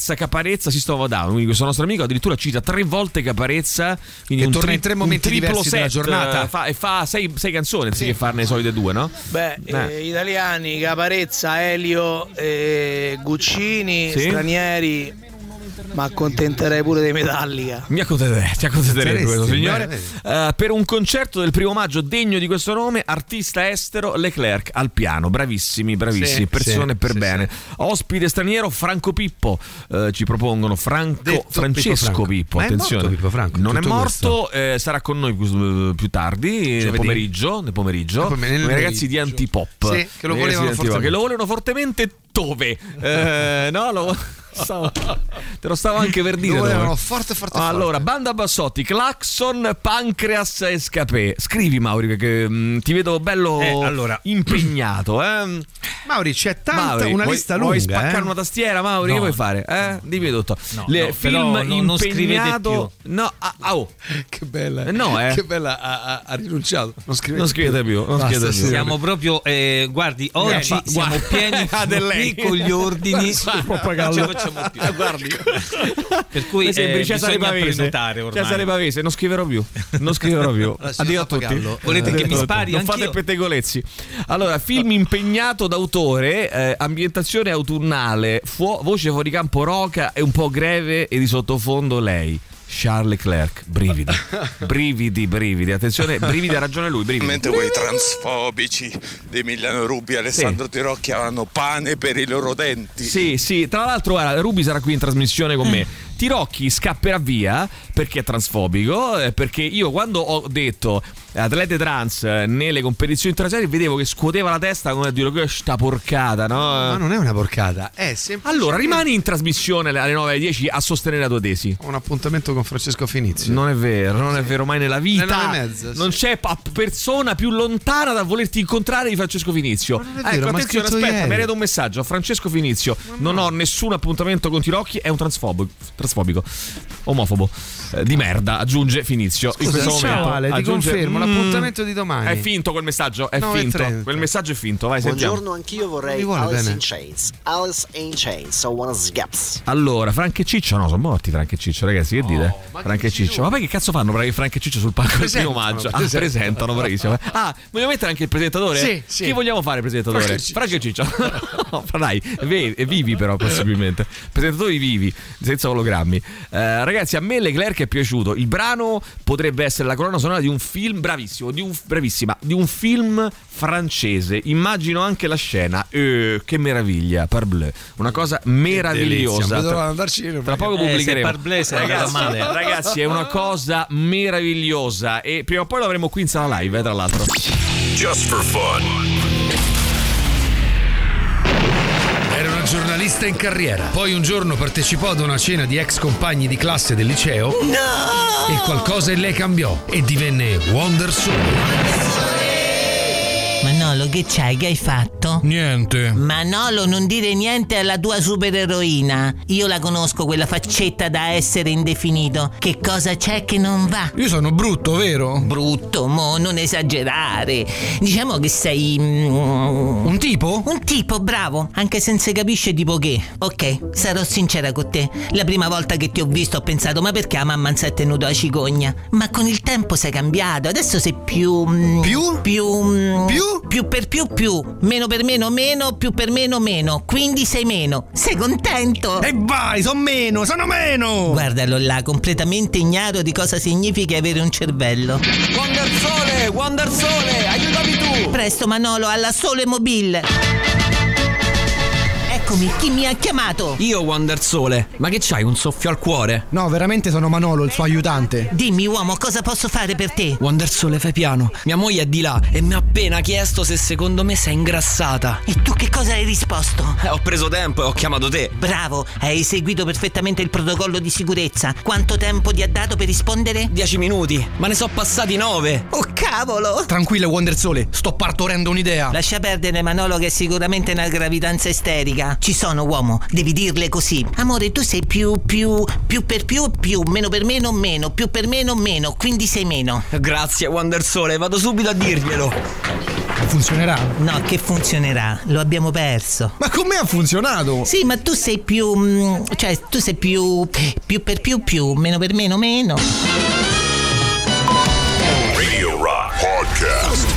System Down, quindi questo nostro amico addirittura cita 3 volte Caparezza, quindi
che torna in 3 momenti diversi della giornata,
e fa 6 canzoni anziché farne le solite 2, no?
Italiani, Caparezza, Elio, Guccini, stranieri. Ma accontenterei pure dei Metallica.
Ti accontenterei questo signore. Per un concerto del 1 maggio degno di questo nome, artista estero Leclerc al piano. Bravissimi, persone per bene. Ospite straniero Franco Pippo, ci propongono Francesco Pippo. Attenzione,
Pippo Franco,
non è morto, sarà con noi più tardi nel pomeriggio con i ragazzi di Antipop,
che lo volevano
fortemente. Dove? Te lo stavo anche per dire.
Forte.
Allora, Banda Bassotti, Claxon, Pancreas e Scapè. Scrivi, Mauri, perché ti vedo bello impegnato.
Mauri, c'è una lista lunga.
Vuoi spaccare una tastiera, Mauri? Che vuoi fare? Dimmi tutto.
Film impegnato.
No,
che bella.
Che
bella, ha rinunciato. Non
scrivete più.
Siamo proprio guardi, oggi siamo pieni con gli ordini.
Guardi,
per cui
Cesare Pavese, non scriverò più. Addio a tutti.
Volete che mi spari?
Non fate pettegolezzi. Allora, film impegnato d'autore, ambientazione autunnale, voce fuori campo roca e un po' greve e di sottofondo lei. Charles Leclerc, brividi, attenzione, brividi, ha ragione lui, brividi.
Mentre quei transfobici di Emiliano Rubi e Alessandro Tirocchi avranno pane per i loro denti.
Sì, tra l'altro guarda, Rubi sarà qui in trasmissione con me. Tirocchi scapperà via perché è transfobico, perché io quando ho detto atlete trans nelle competizioni internazionali vedevo che scuoteva la testa come a dire che sta porcata, no?
Ma non è una porcata, è semplicemente...
Allora rimani in trasmissione alle 9:10 a sostenere la tua tesi.
Ho un appuntamento con Francesco Finizio.
Non è vero mai nella vita. Non c'è persona più lontana da volerti incontrare di Francesco Finizio.
Non è vero,
attenzione, aspetta, mi è arrivato un messaggio. Francesco Finizio, non ho nessun appuntamento con Tirocchi, è un transfobico. transfobico, omofobo, di merda, aggiunge Finizio.
Scusa, in questo momento Ale, ti confermo l'appuntamento di domani.
È finto quel messaggio, è finto. Quel messaggio è finto, vai, sentiamo.
Buongiorno, anch'io vorrei Alice in Chains. Alice in Chains, so one sgaps.
Allora, Frank e Ciccio, no, sono morti Frank e Ciccio, ragazzi, che dite? Frank e Ciccio, ma poi che cazzo fanno Frank e Ciccio sul palco del primo maggio? Presentano, bravissimo. Vogliamo mettere anche il presentatore? Sì. Chi vogliamo fare il presentatore? Frank e Ciccio. No, dai, vivi però possibilmente. Presentatori vivi, senza ologrammi. Ragazzi, a me Leclerc è piaciuto. Il brano potrebbe essere la colonna sonora di un film, bravissimo, di un film francese. Immagino anche la scena. Che meraviglia, parbleu. Una cosa meravigliosa. Tra poco pubblicheremo. Ragazzi, è una cosa meravigliosa e prima o poi lo avremo qui in sala live, tra l'altro.
Just for fun.
Era una giornalista in carriera. Poi un giorno partecipò ad una cena di ex compagni di classe del liceo. No! E qualcosa in lei cambiò e divenne Wonder Sole.
Manolo, che c'hai? Che hai fatto?
Niente.
Manolo, non dire niente alla tua supereroina. Io la conosco, quella faccetta da essere indefinito. Che cosa c'è che non va?
Io sono brutto, vero?
Brutto, mo, non esagerare. Diciamo che sei...
un tipo?
Un tipo, bravo. Anche se non si capisce tipo che. Ok, sarò sincera con te. La prima volta che ti ho visto ho pensato, ma perché la mamma non si è tenuto la cicogna? Ma con il tempo sei cambiato. Adesso sei più... Più per più, meno per meno, più per meno, quindi sei meno. Sei contento?
E vai, sono meno.
Guardalo là, completamente ignaro di cosa significa avere un cervello.
Wonder Sole, aiutami tu.
Presto Manolo, alla Sole Mobile. Eccomi, chi mi ha chiamato?
Io, Wonder Sole. Ma che c'hai, un soffio al cuore?
No, veramente sono Manolo, il suo aiutante.
Dimmi uomo, cosa posso fare per te?
Wonder Sole, fai piano. Mia moglie è di là e mi ha appena chiesto se secondo me sei ingrassata.
E tu che cosa hai risposto?
Ho preso tempo e ho chiamato te.
Bravo, hai eseguito perfettamente il protocollo di sicurezza. Quanto tempo ti ha dato per rispondere?
10 minuti, ma ne so passati 9.
Oh cavolo!
Tranquillo Wonder Sole, sto partorendo un'idea.
Lascia perdere Manolo, che è sicuramente una gravidanza isterica. Ci sono uomo, devi dirle così. Amore, tu sei più per più, meno per meno, più per meno, quindi sei meno.
Grazie Wonder Sole, vado subito a dirglielo.
Funzionerà?
No, che funzionerà? Lo abbiamo perso.
Ma come ha funzionato?
Sì, ma tu sei più... cioè, tu sei più per più, meno per meno.
Radio Rock Podcast.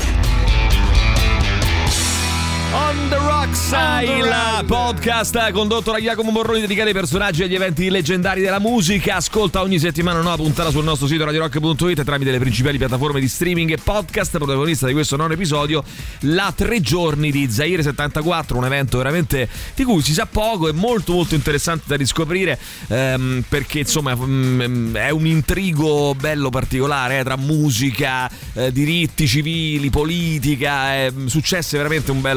On the Rocks, il podcast condotto da Jacopo Morroni, dedicato ai personaggi e agli eventi leggendari della musica. Ascolta ogni settimana una nuova puntata sul nostro sito radiorock.it tramite le principali piattaforme di streaming e podcast. Protagonista di questo nono episodio, la 3 giorni di Zaire 74, un evento veramente di cui si sa poco e molto molto interessante da riscoprire, perché insomma è un intrigo bello particolare tra musica, diritti civili, politica, successe veramente un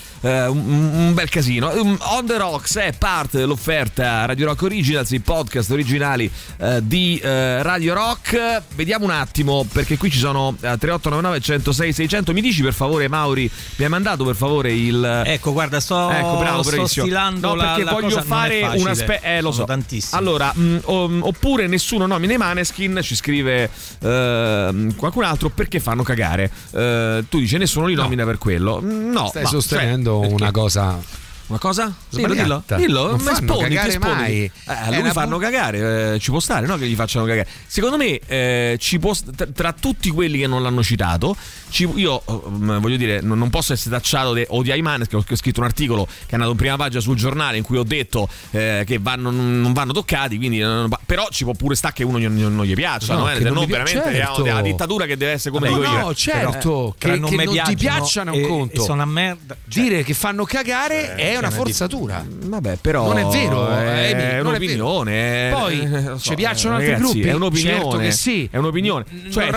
bel casino. On the Rocks è parte dell'offerta Radio Rock Originals, i podcast originali di Radio Rock. Vediamo un attimo, perché qui ci sono 3899 106 600. Mi dici per favore, Mauri, mi hai mandato per favore il...
Ecco, guarda, sto stilando
perché
la
voglio
cosa,
fare una
lo so,
tantissimo. Allora, oppure nessuno nomina i Maneskin, ci scrive qualcun altro, perché fanno cagare. Tu dici nessuno li nomina per quello. No,
stai sostenendo una cosa.
Una cosa?
Sì, dillo.
Non
fanno
esponi,
cagare mai.
Lui fanno cagare, ci può stare, no? Che gli facciano cagare. Secondo me ci può tra tutti quelli che non l'hanno citato, io voglio dire, non posso essere tacciato di odiare i Maneskin, ho scritto un articolo che è andato in prima pagina sul giornale in cui ho detto che non vanno toccati, quindi però ci può pure stare che uno non gli piaccia, non veramente certo. È una dittatura che deve essere come dico io.
No, certo, che non ti piacciono è un conto.
Sono a merda.
Dire che fanno cagare è una forzatura.
Vabbè, però
non è vero,
è un'opinione.
Poi ci piacciono altri gruppi,
è un'opinione,
certo che sì.
È un'opinione. Cioè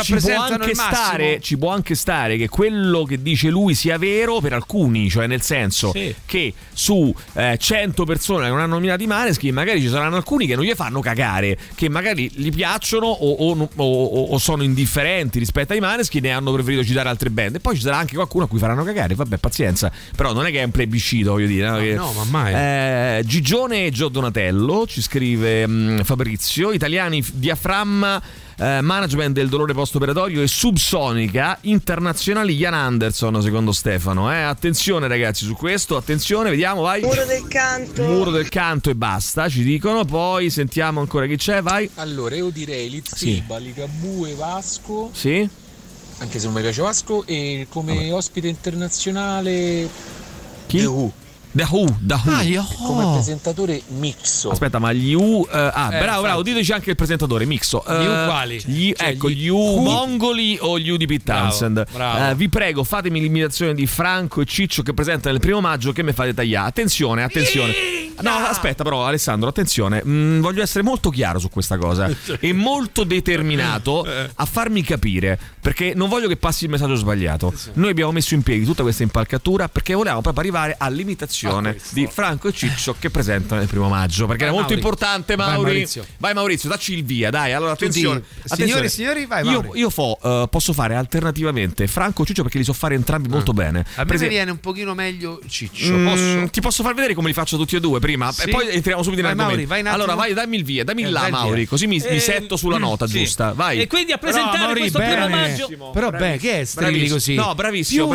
ci può anche stare che quello che dice lui sia vero per alcuni, cioè nel senso che su 100 persone che non hanno nominato i Maneskin, magari ci saranno alcuni che non gli fanno cagare, che magari gli piacciono o sono indifferenti rispetto ai Maneskin e hanno preferito citare altre band. E poi ci sarà anche qualcuno a cui faranno cagare, vabbè, pazienza. Però non è che è un plebiscito, voglio dire,
No, ma mai.
Gigione e Gio Donatello, ci scrive Fabrizio. Italiani, diaframma, management del dolore post-operatorio e subsonica. Internazionali Ian Anderson, secondo Stefano. Attenzione ragazzi su questo, attenzione, vediamo, vai.
Muro del canto.
Muro del canto e basta, ci dicono. Poi sentiamo ancora chi c'è, vai.
Allora, io direi Lizziba, Ligabue, Vasco.
Sì.
Anche se non mi piace Vasco. E come ospite internazionale
chi? The Who.
Come presentatore Mixo.
Aspetta, ma gli U. Bravo, diteci anche il presentatore Mixo.
Gli U quali?
Gli U mongoli o gli U di Pete Townsend.
Bravo.
Vi prego, fatemi l'imitazione di Franco e Ciccio che presentano il 1 maggio, che mi fate tagliare. Attenzione. No, aspetta, però, Alessandro, attenzione. Voglio essere molto chiaro su questa cosa e molto determinato a farmi capire, perché non voglio che passi il messaggio sbagliato. Noi abbiamo messo in piedi tutta questa impalcatura perché volevamo proprio arrivare all'imitazione di Franco e Ciccio che presentano il 1 maggio, perché era molto importante. Vai Maurizio, dacci il via, dai. Allora attenzione.
Signori, vai Maurizio.
Io posso fare alternativamente Franco e Ciccio perché li so fare entrambi molto bene.
A me viene un pochino meglio Ciccio.
Ti posso far vedere come li faccio tutti e due prima, sì. E poi entriamo subito in argomento. Allora vai, dammi il via, dammi là Mauri, così mi setto sulla nota giusta. Vai.
E quindi a presentare questo 1 maggio.
Però che è strilli così?
No, bravissimo.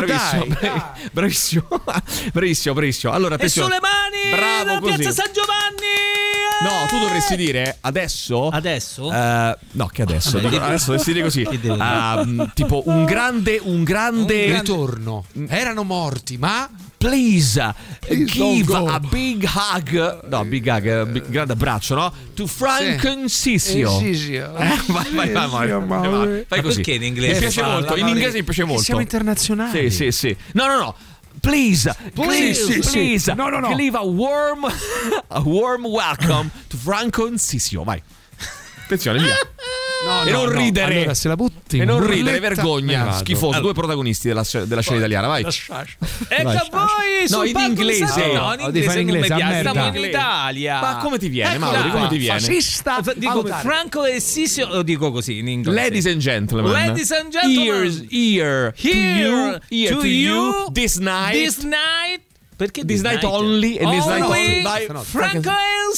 Allora, attenzione.
E sulle mani,
bravo, così.
Piazza San Giovanni.
No, tu dovresti dire adesso. No, che adesso. Adesso dovresti dire così. Tipo un grande
ritorno. Erano morti, ma
please give a big hug. No, big hug, grande abbraccio, no? To Franco Sisio. Vai così.
Perché in inglese?
Mi piace molto. In inglese mi piace molto.
Siamo internazionali.
Sì. No. Please.
No.
Give a warm welcome to Franco Sisio. Vai. Attenzione, via. Non ridere.
Allora, se la butti.
E non ridere, vergogna. Schifoso. Allora. 2 protagonisti della scena italiana, vai.
Ecco a voi.
No, in inglese.
No, in inglese non mi piace. Stiamo in Italia.
Ma come ti viene, Mauri? Come ti viene?
Fascista.
Dico Franco e Sisio, lo dico così in inglese.
Ladies and gentlemen. Ear to you. This night.
Perché
This night only e this night only. Vai.
Franco e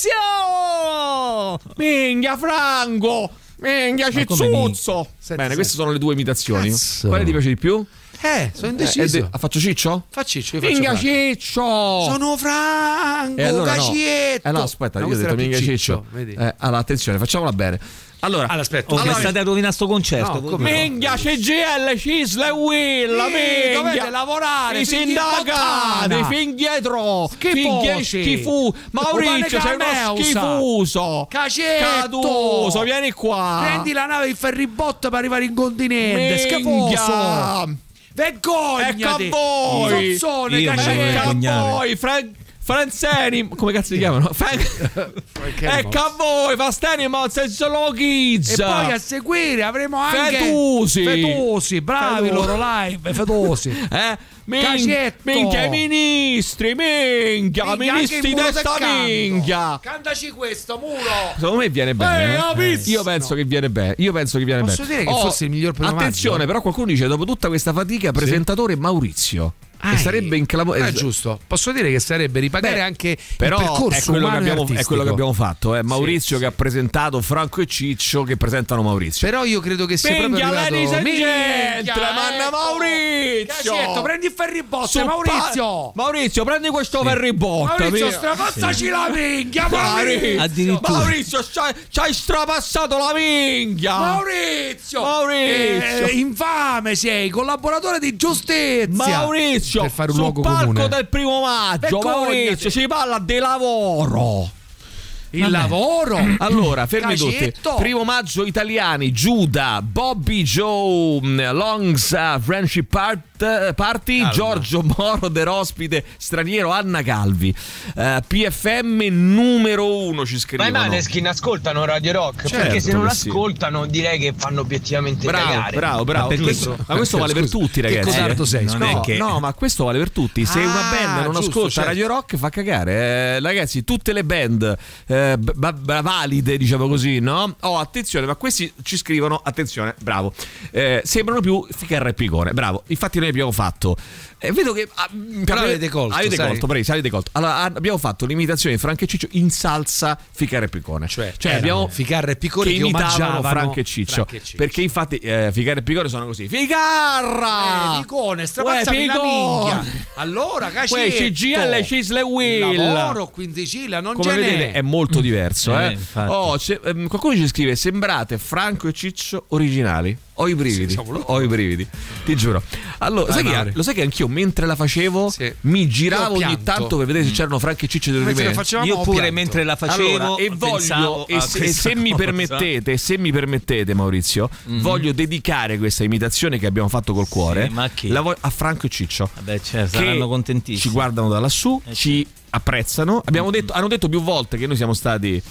Sisio.
Minchia Franco. Minchia Cizzuzzo. Bene, queste sono le 2 imitazioni.
Cazzo.
Quale ti piace di più?
Sono indeciso.
Faccio Ciccio?
Fa Ciccio.
Minchia Ciccio.
Sono Franco.
Allora
Cacietto.
No, aspetta, io ho detto minchia Ciccio. Allora, attenzione, facciamola bene. Allora,
aspetta,
allora state a rovinare sto concerto.
Minchia, CGL, Cisla e Willa,
dovete lavorare,
i sindacati, fin dietro, schifu. Maurizio, sei uno schifuso. Catoso, vieni qua.
Prendi la nave di ferribotto per arrivare in continente. Schifoso. Vergognati.
Ecco a voi. Ecco a voi, Franzeni, come cazzo si chiamano? Ecco a voi, Fasteni, ma sei solo kids.
E poi a seguire avremo anche
Fetusi,
bravi loro live, Fetusi.
Minchia, i ministri, ministri di testa minchia.
Cantaci questo, Muro.
Secondo me viene bene. Io penso che viene bene.
Posso dire che forse è il miglior programma.
Attenzione, però qualcuno dice, dopo tutta questa fatica, presentatore Maurizio. E sarebbe
è giusto. Posso dire che sarebbe ripagare anche
però
il percorso
è quello che abbiamo fatto. Maurizio che ha presentato Franco e Ciccio che presentano Maurizio.
Però io credo che sia proprio arrivato
manna Maurizio.
Cacetto, prendi il ferribotto,
Maurizio, prendi questo ferribotto.
Maurizio, strapassaci la minchia,
Maurizio, ci hai strapassato la minchia.
Maurizio. Infame sei, collaboratore di giustizia.
Maurizio,
per fare un
sul
luogo
palco
comune
del 1 maggio, Maurizio, si parla di lavoro.
Il lavoro.
Allora, fermi tutti. 1 maggio italiani: Giuda, Bobby Joe, Longs Friendship Party, Giorgio Moro, ospite straniero Anna Calvi. PFM numero 1 ci scrivono.
Ma i Maneskin ascoltano Radio Rock?
Certo,
perché se non ascoltano direi che fanno obiettivamente cagare.
Bravo. Ma questo vale per tutti, ragazzi.
Che cos'altro sei?
No, ma questo vale per tutti. Se una band non ascolta Radio Rock fa cagare. Ragazzi, tutte le band valide, diciamo così, no? Attenzione, ma questi ci scrivono, attenzione, bravo, sembrano più Ficarra e Picone, bravo, infatti noi abbiamo fatto. Vedo che
avete colto.
Avete colto. Allora, abbiamo fatto l'imitazione di Franco e Ciccio in salsa Ficarra e Piccone. Cioè abbiamo
Ficarra e Piccone che
imitavano Franco e Ciccio. Perché infatti Ficarra e Piccone sono così. Ficarra!
Piccone, strapazzami la minchia. Allora, cacetto.
CGL Cisle Will.
Lavoro, Quindicilla, non
come
ce n'è.
vedete è molto diverso. Qualcuno ci scrive: sembrate Franco e Ciccio originali. Ho i brividi, ti giuro. Allora, lo sai che anch'io mentre la facevo mi giravo ogni tanto per vedere se c'erano Franco e Ciccio dentro di me.
Io pure mentre la facevo
se mi permettete Maurizio, voglio dedicare questa imitazione che abbiamo fatto col cuore a Franco e Ciccio.
Vabbè, saranno contentissimi.
Ci guardano da lassù, ci apprezzano. Hanno detto più volte che noi siamo stati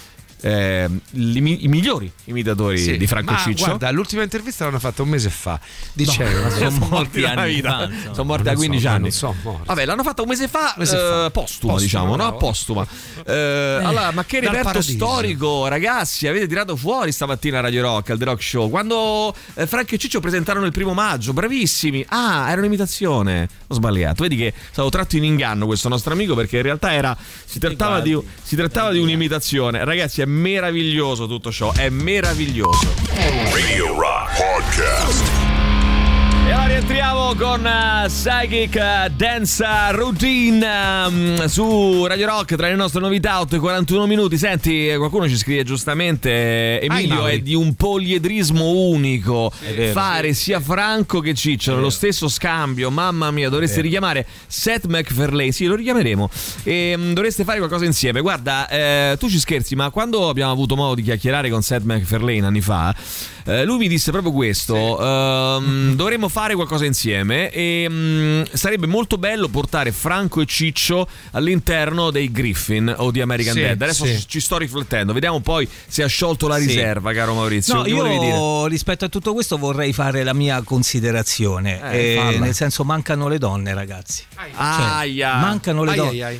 i migliori imitatori di Franco Ciccio.
Guarda, l'ultima intervista l'hanno fatta un mese fa. Dicevano
sono morti anni fa. Sono morti da 15 anni. Vabbè, l'hanno fatta un mese fa, postuma, diciamo, no? Postuma. Allora, ma che reperto storico, ragazzi, avete tirato fuori stamattina a Radio Rock, al The Rock Show, quando Franco e Ciccio presentarono il 1 maggio, bravissimi. Era un'imitazione. Ho sbagliato. Vedi che stavo tratto in inganno questo nostro amico, perché in realtà si trattava di un'imitazione. Ragazzi, è meraviglioso tutto ciò, è meraviglioso.
Radio Rock Podcast.
E allora rientriamo con Psychic Dance Routine su Radio Rock, tra le nostre novità, 8:41 minuti. Senti, qualcuno ci scrive giustamente: Emilio, è di un poliedrismo unico fare sia Franco che Ciccio nello stesso scambio. Mamma mia, dovreste richiamare Seth MacFarlane. Sì, lo richiameremo. E dovreste fare qualcosa insieme. Guarda, tu ci scherzi, ma quando abbiamo avuto modo di chiacchierare con Seth MacFarlane anni fa, lui mi disse proprio questo: dovremmo fare qualcosa insieme e sarebbe molto bello portare Franco e Ciccio all'interno dei Griffin o di American Dad. Adesso ci sto riflettendo, vediamo poi se ha sciolto la riserva, caro Maurizio.
No, io rispetto a tutto questo vorrei fare la mia considerazione, nel senso, mancano le donne, ragazzi. Mancano le donne,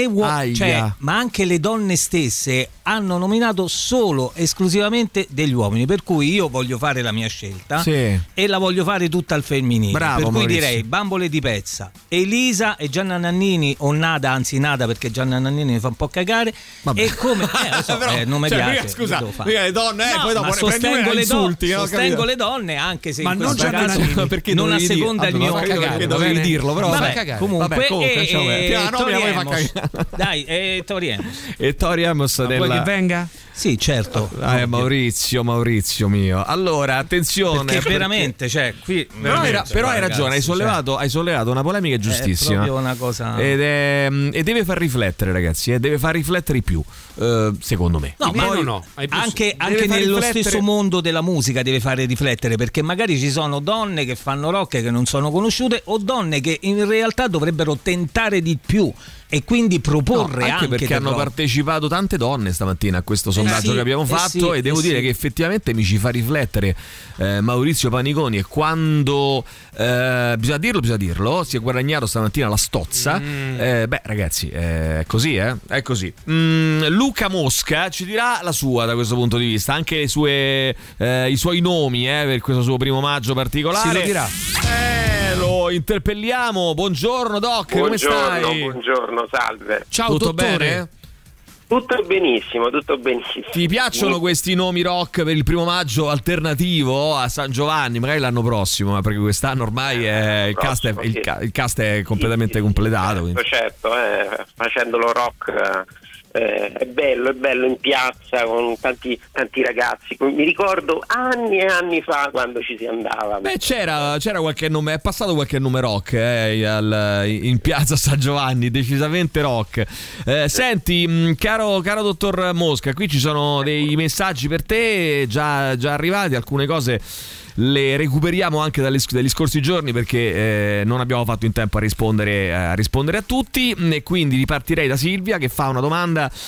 ma anche le donne stesse hanno nominato solo esclusivamente degli uomini, per cui io voglio fare la mia scelta e la voglio fare tutta al femminile.
Bravo,
per cui
Maurizio.
direi Bambole di Pezza, Elisa e Gianna Nannini, o Nada, anzi Nada, perché Gianna Nannini mi fa un po' cagare. Vabbè. E come lo so, non mi piace.
Scusa, le donne, poi dopo
sostengo le
insulti,
sostengo le donne, anche se
ma non Gianna Nannini, perché non
asseconda il mio
cagare, dovevi dirlo, però
comunque
dai,
e
Tori Amos
vuoi che venga?
Sì, certo.
Maurizio mio. Allora, attenzione,
perché veramente, cioè, qui
però hai ragione, hai sollevato una polemica giustissima.
È proprio una cosa.
E deve far riflettere, ragazzi, deve far riflettere di più, secondo me.
No, ma anche nello stesso mondo della musica deve fare riflettere, perché magari ci sono donne che fanno rock che non sono conosciute, o donne che in realtà dovrebbero tentare di più e quindi proporre
anche perché hanno partecipato tante donne stamattina a questo sondaggio che abbiamo fatto, e devo dire che effettivamente mi ci fa riflettere Maurizio Paniconi, e quando bisogna dirlo, si è guadagnato stamattina la stozza. Ragazzi, è così, è così. Luca Mosca ci dirà la sua da questo punto di vista, anche i suoi nomi per questo suo 1 maggio particolare.
Si lo dirà.
Lo interpelliamo. Buongiorno Doc, come stai?
Buongiorno, salve.
Ciao, tutto bene?
Tutto benissimo.
Ti piacciono questi nomi rock per il 1 maggio alternativo a San Giovanni? Magari l'anno prossimo, perché quest'anno ormai il cast è completamente completato.
Certo, facendolo rock è bello in piazza con tanti ragazzi. Mi ricordo anni e anni fa quando ci si andava.
C'era qualche nome, è passato qualche nome rock in piazza San Giovanni, decisamente rock. Senti, caro dottor Mosca, qui ci sono dei messaggi per te già arrivati, alcune cose le recuperiamo anche dagli scorsi giorni, perché non abbiamo fatto in tempo a rispondere a tutti, e quindi ripartirei da Silvia, che fa una domanda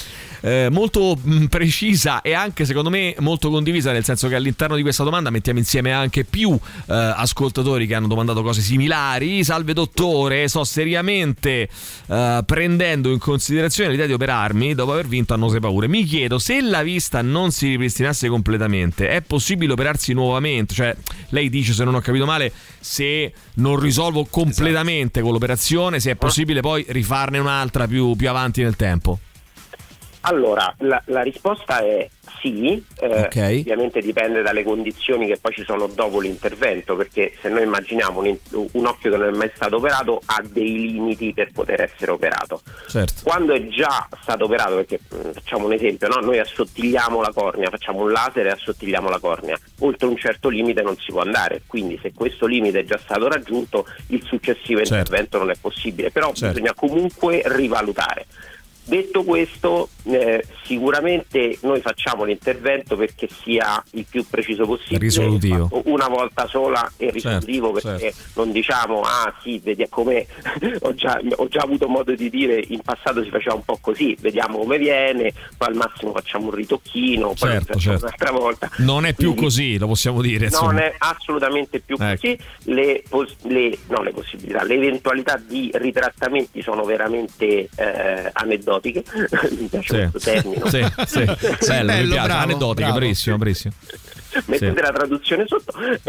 molto precisa e anche secondo me molto condivisa, nel senso che all'interno di questa domanda mettiamo insieme anche più ascoltatori che hanno domandato cose similari. Salve dottore, sto seriamente prendendo in considerazione l'idea di operarmi dopo aver vinto annose paure. Mi chiedo, se la vista non si ripristinasse completamente, è possibile operarsi nuovamente? Cioè, lei dice, se non ho capito male, se non risolvo completamente con l'operazione, se è possibile poi rifarne un'altra più avanti nel tempo.
Allora, la risposta è sì, ovviamente dipende dalle condizioni che poi ci sono dopo l'intervento, perché se noi immaginiamo un occhio che non è mai stato operato ha dei limiti per poter essere operato.
Certo.
Quando è già stato operato, perché facciamo un esempio, no? Noi assottigliamo la cornea, facciamo un laser e assottigliamo la cornea, oltre un certo limite non si può andare, quindi se questo limite è già stato raggiunto il successivo intervento non è possibile, però bisogna comunque rivalutare. Detto questo, sicuramente noi facciamo l'intervento perché sia il più preciso possibile,
risolutivo,
una volta sola e risolutivo, perché non diciamo sì, vedi come ho già avuto modo di dire, in passato si faceva un po' così, vediamo come viene, poi al massimo facciamo un ritocchino, poi un'altra volta.
Non è più così, lo possiamo dire, insomma.
Non è assolutamente più così. Le possibilità, le eventualità di ritrattamenti sono veramente aneddotiche. Mi piace questo termine.
Bello, mi piace, aneddotiche, bravissimo.
Mettete la traduzione sotto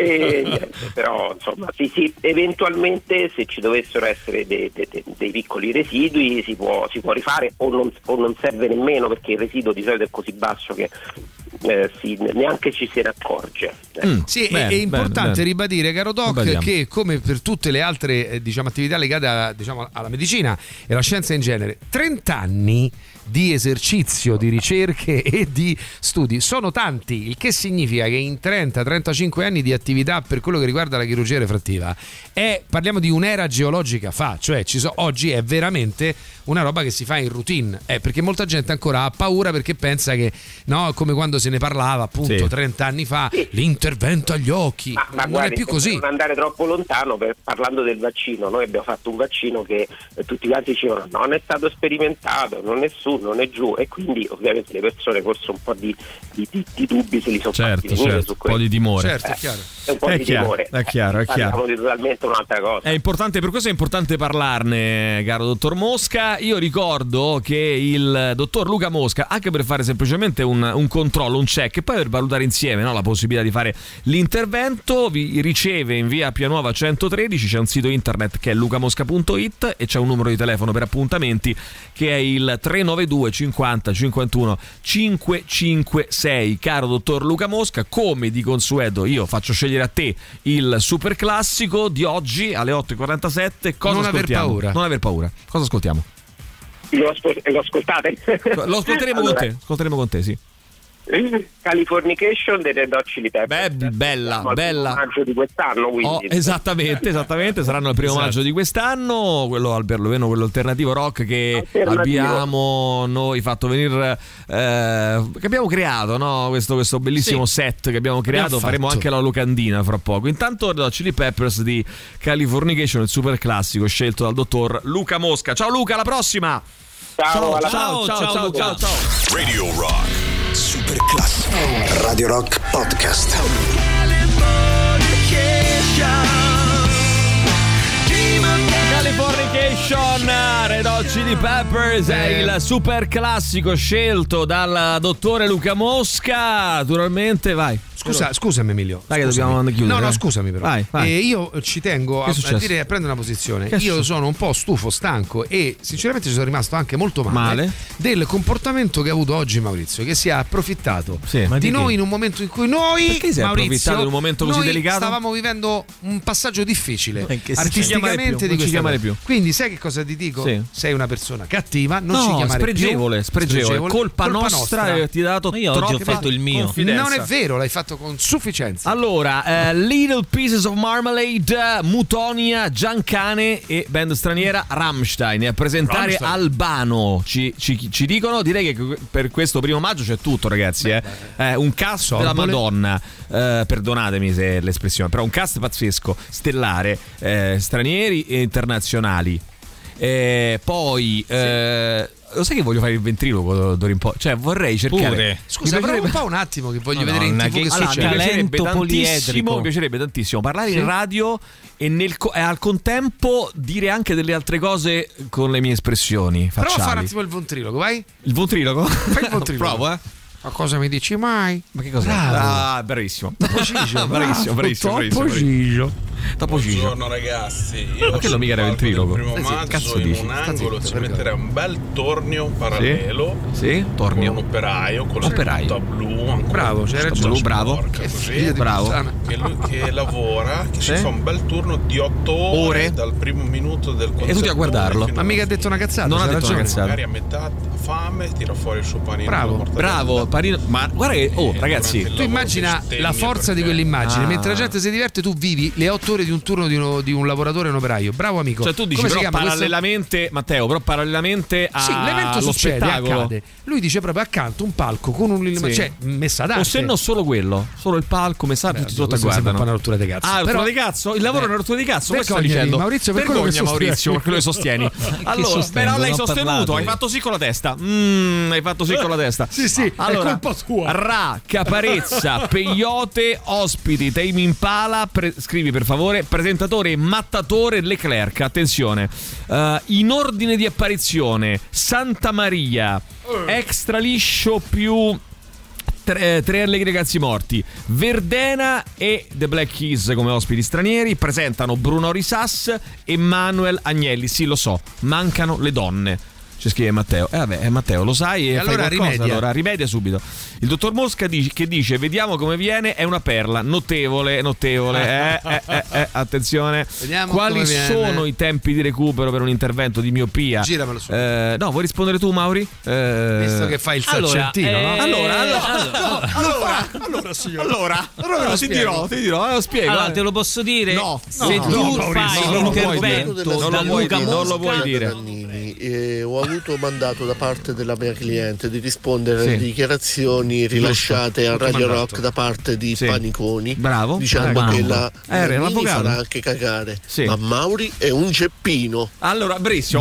però insomma sì, eventualmente se ci dovessero essere dei piccoli residui si può rifare, o non serve nemmeno, perché il residuo di solito è così basso che neanche ci se ne accorge.
È importante ribadire, caro Doc, che come per tutte le altre attività legate alla medicina e alla scienza in genere, 30 anni di esercizio, di ricerche e di studi sono tanti, il che significa che in 30-35 anni di attività per quello che riguarda la chirurgia refrattiva parliamo di un'era geologica fa, cioè oggi è veramente una roba che si fa in routine, perché molta gente ancora ha paura, perché pensa che come quando se ne parlava appunto 30 anni fa, l'intervento agli occhi, ma non
guardi,
è più così.
Per non andare troppo lontano, parlando del vaccino, noi abbiamo fatto un vaccino che tutti quanti dicevano non è stato sperimentato, non è su, non è giù, e quindi ovviamente le persone forse un po' di dubbi se li sono fatti venire su questo.
Un po' di timore.
Certo, è chiaro.
Un po' di timore.
È chiaro.
Parliamo di totalmente un'altra cosa.
È importante, per questo è importante parlarne, caro dottor Mosca. Io ricordo che il dottor Luca Mosca, anche per fare semplicemente un controllo, un check, e poi per valutare insieme la possibilità di fare l'intervento, vi riceve in via Pianuova 113, c'è un sito internet che è lucamosca.it e c'è un numero di telefono per appuntamenti che è il 392 50 51 556. Caro dottor Luca Mosca, come di consueto io faccio scegliere a te il super classico di oggi alle 8:47. Cosa
non
ascoltiamo?
Non
aver paura. Cosa ascoltiamo?
Lo ascoltate?
Lo ascolteremo con te. Ascolteremo con te, sì.
Californication dei Red Hot Chili Peppers.
Bella.
Maggio di quest'anno, quindi.
Esattamente, saranno il 1 maggio di quest'anno, quello perlomeno quello alternativo rock che abbiamo noi fatto venire, che abbiamo creato, no? Questo bellissimo set che abbiamo creato, faremo anche la locandina fra poco. Intanto Red Hot Chili Peppers di Californication, il super classico scelto dal dottor Luca Mosca. Ciao Luca, alla prossima.
Ciao.
Radio Rock super classico.
Radio Rock Podcast.
Californication, Red Hot Chili Peppers è il super classico scelto dal dottore Luca Mosca. Naturalmente, vai.
Scusami Emilio.
Dai che dobbiamo chiudere.
No, scusami però.
Vai.
Io ci tengo a prendere una posizione. Io sono un po' stufo, stanco e sinceramente ci sono rimasto anche molto male del comportamento che ha avuto oggi Maurizio, che si è approfittato di noi in un momento in cui noi,
Maurizio, in un momento così delicato,
stavamo vivendo un passaggio difficile artisticamente di questa
più.
Quindi sai che cosa ti dico? Sei una persona cattiva, non ci chiamare
spregevole. Colpa nostra, ti ha dato troppo.
Ho fatto il mio.
Non è vero, l'hai fatto con sufficienza.
Allora, Little Pieces of Marmalade, Mutonia, Giancane e band straniera Rammstein, e a presentare Albano. Ci dicono, direi che per questo 1 maggio c'è tutto, ragazzi. Un cast della Madonna, perdonatemi se l'espressione, però un cast pazzesco, stellare, stranieri e internazionali. Poi lo sai che voglio fare il ventriloquo d'ora in poi? Cioè vorrei cercare
pure. Scusa, però un po' un attimo che voglio vedere in TV che succede.
Mi piacerebbe tantissimo parlare in radio e al contempo dire anche delle altre cose con le mie espressioni facciali.
Prova a fare un attimo il ventriloquo, vai.
Il ventriloquo?
Fai il ventriloquo.
Provo,
Ma cosa mi dici mai?
Ma che cos'è?
Bravissimo.
Bravissimo.
Buongiorno ragazzi.
Ma che non mica era ventriloquo?
Il primo maggio in un angolo si metterà un bel tornio parallelo.
Sì, tornio.
Con un operaio con la scritta blu.
Bravo, c'è ragione. Bravo.
Che lavora, che si fa un bel turno di 8 ore dal primo minuto del concerto.
E tutti a guardarlo.
Ma mica ha detto una cazzata.
Non ha detto una cazzata.
Magari a metà fame tira fuori il suo panino.
Bravo, panino. Ma guarda che ragazzi,
tu immagina la forza di quell'immagine. Mentre la gente si diverte, tu vivi le 8 ore di un turno di un lavoratore e un operaio. Bravo amico.
Cioè tu dici però parallelamente, Matteo, però parallelamente a
l'evento succede, accade. Lui dice proprio accanto un palco con cioè messa d'arte.
O se no solo quello, solo il palco, messaggio, tutti sotto a guardano.
Una rottura di cazzo.
Rottura di cazzo? Il lavoro è una rottura di cazzo. Questo sta dicendo
Maurizio, per quello che
Maurizio, per quello che sostieni. Allora, però l'hai sostenuto, hai fatto sì con la testa. Hai fatto sì con la testa.
Sì,
allora,
è colpa tua.
Ra, Caparezza, Peyote, ospiti, Tame Impala, scrivi per favore, presentatore Mattatore Leclerc, attenzione, in ordine di apparizione Santa Maria, Extra Liscio più tre allegri ragazzi morti, Verdena e The Black Keys come ospiti stranieri. Presentano Bruno Risas e Manuel Agnelli. Sì, lo so, mancano le donne. Ci scrive Matteo. Matteo, lo sai e
allora
fai qualcosa, allora rimedia subito. Il dottor Mosca dice vediamo come viene, è una perla notevole. Attenzione.
Vediamo
quali sono i tempi di recupero per un intervento di miopia?
Giramelo su.
No, vuoi rispondere tu, Mauri?
Visto che fai il saccentino, no?
Allora signore. Allora ti dirò, spiego.
Allora te lo posso dire?
No,
se tu fai l'intervento da Luca Mosca,
non lo puoi dire.
Ho avuto mandato da parte della mia cliente di rispondere alle dichiarazioni rilasciate a Radio Rock da parte di Paniconi.
Bravo.
Dicendo che la Nannini farà anche cagare. Ma Mauri è un geppino.
Allora, bravissimo.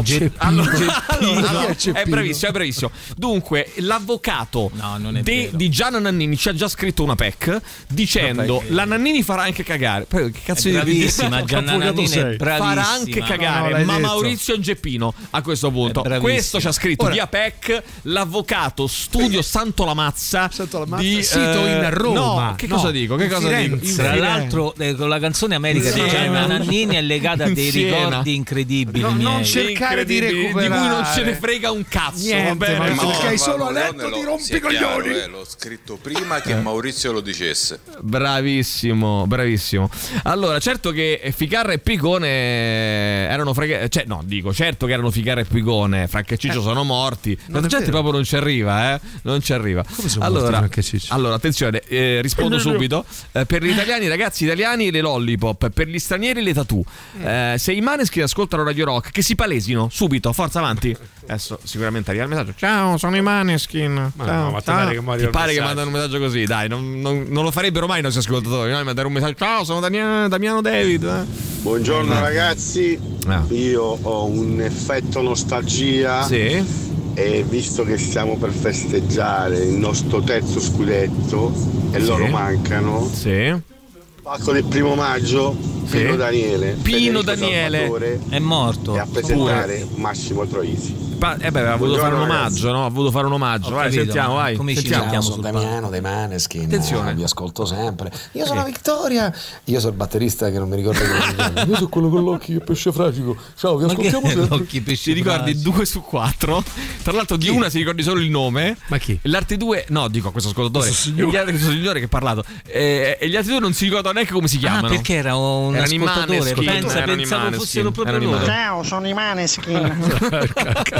È bravissimo. Dunque, l'avvocato di Gianna Nannini ci ha già scritto una PEC dicendo la Nannini farà anche cagare. Poi, che cazzo di
bravissima, Gianna Nannini è bravissima.
Farà anche cagare, ma Maurizio è un geppino a questo punto. Questo ci ha scritto via PEC l'avvocato Studio Santo Lamazza di
sito in Roma.
No, che cosa dico?
Tra l'altro con la canzone America di Gianna Nannini è legata a dei ricordi incredibili.
Non cercare di recuperare,
di cui non ce ne frega un cazzo.
Niente, perché hai solo letto di rompicoglioni.
L'ho scritto prima che Maurizio lo dicesse.
Bravissimo. Allora, certo che Ficarra e Picone erano certo che erano Ficarra e Picone, Franca e Ciccio sono morti. La gente proprio non ci arriva, non ci arriva.
Come sono morti Franca e Ciccio?
Allora, attenzione, rispondo subito. Per gli italiani, ragazzi italiani, le lollipop, per gli stranieri le tattoo. Se i Maneskin ascoltano Radio Rock, che si palesino subito, forza avanti. Adesso sicuramente arriva il messaggio. Ciao, sono i Maneskin. Ti pare che mandano un messaggio così? Dai, non lo farebbero mai i nostri ascoltatori, no? Mandare un messaggio. Ciao, sono Damiano David.
Buongiorno ragazzi. Io ho un effetto nostalgia.
Sì.
E visto che stiamo per festeggiare il nostro terzo scudetto e loro mancano, Palco del 1 maggio, Pino Daniele
è morto
e a presentare Massimo Troisi.
Ha voluto fare un omaggio, no? Ha voluto fare un omaggio. Vai, sentiamo, vai.
Come
sentiamo.
Sono
Damiano dei Maneskin.
Attenzione.
Vi ascolto sempre. Io sono Vittoria. Io sono il batterista che non mi ricordo come. Io sono quello con l'occhio pesce fragico. Ciao, vi ascoltiamo sempre.
Ti ricordi 2 su 4? Tra l'altro di una si ricordi solo il nome.
Ma chi?
E le altre due, no, dico questo ascoltatore. Questo signore che ha parlato. E gli altri due non si ricordano neanche come si chiamano.
Perché era un ascoltatore. Pensavo fossero proprio loro.
Ciao, sono i Maneskin.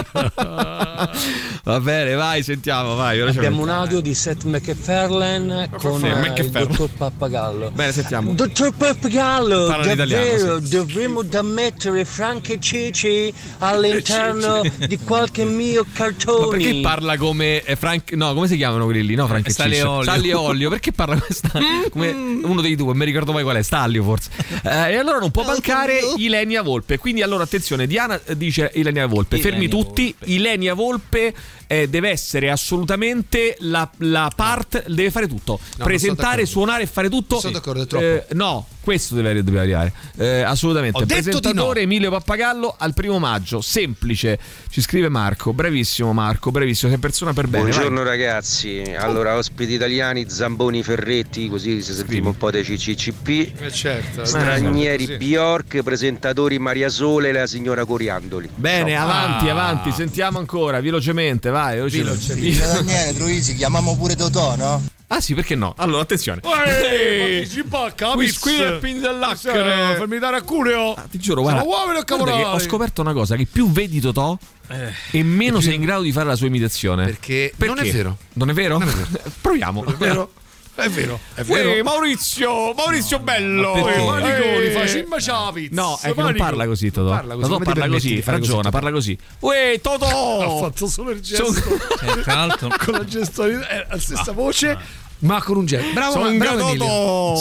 Va bene, vai, sentiamo, vai.
Abbiamo un audio di Seth MacFarlane con il dottor Pappagallo.
Bene, sentiamo.
Dottor Pappagallo, davvero dovremmo da mettere Franca e Cici all'interno di qualche mio cartone.
Ma perché parla come Frank? No, come si chiamano quelli lì? No, Frank e Cici. Stanley e Olio. Perché parla come uno dei due? Non mi ricordo mai qual è. Stanlio forse. E allora non può mancare Ilenia Volpe. Quindi allora attenzione, Diana dice Ilenia Volpe. Fermi tutti. tutti. Ilenia Volpe deve essere assolutamente la part, deve fare tutto, presentare, suonare e fare tutto.
Sono d'accordo, è troppo.
No, questo deve arrivare assolutamente.
Ho detto
Presentatore
di no.
Emilio Pappagallo al 1 maggio, semplice, ci scrive Marco. Bravissimo Marco, bravissimo, sei persona per bene.
Buongiorno ragazzi, allora ospiti italiani Zamboni Ferretti, così si sentiamo un po' dei CCCP.
Certo.
Stranieri Bjork, presentatori Maria Sole e la signora Coriandoli.
Bene, avanti, sentiamo ancora velocemente, vai.
Daniele Troisi, chiamiamo pure Totò, no?
Ah sì, perché no? Allora, attenzione. Qui è Pinzellacca.
Fammi dare a Cuneo.
Ti giuro, guarda che ho scoperto una cosa, che più vedi Totò e meno sei in grado di fare la sua imitazione.
Perché? Non è vero.
Non è vero? Proviamo.
È vero. È vero.
Maurizio bello.
Maniconi, facimma ciavizza.
No, è che non parla così Totò. Parla così, ragiona, parla così. Uè, Totò!
Ha fatto solo il gesto. Con la gestualità, è la stessa voce. Ma con un gesto. Bravo Emilio.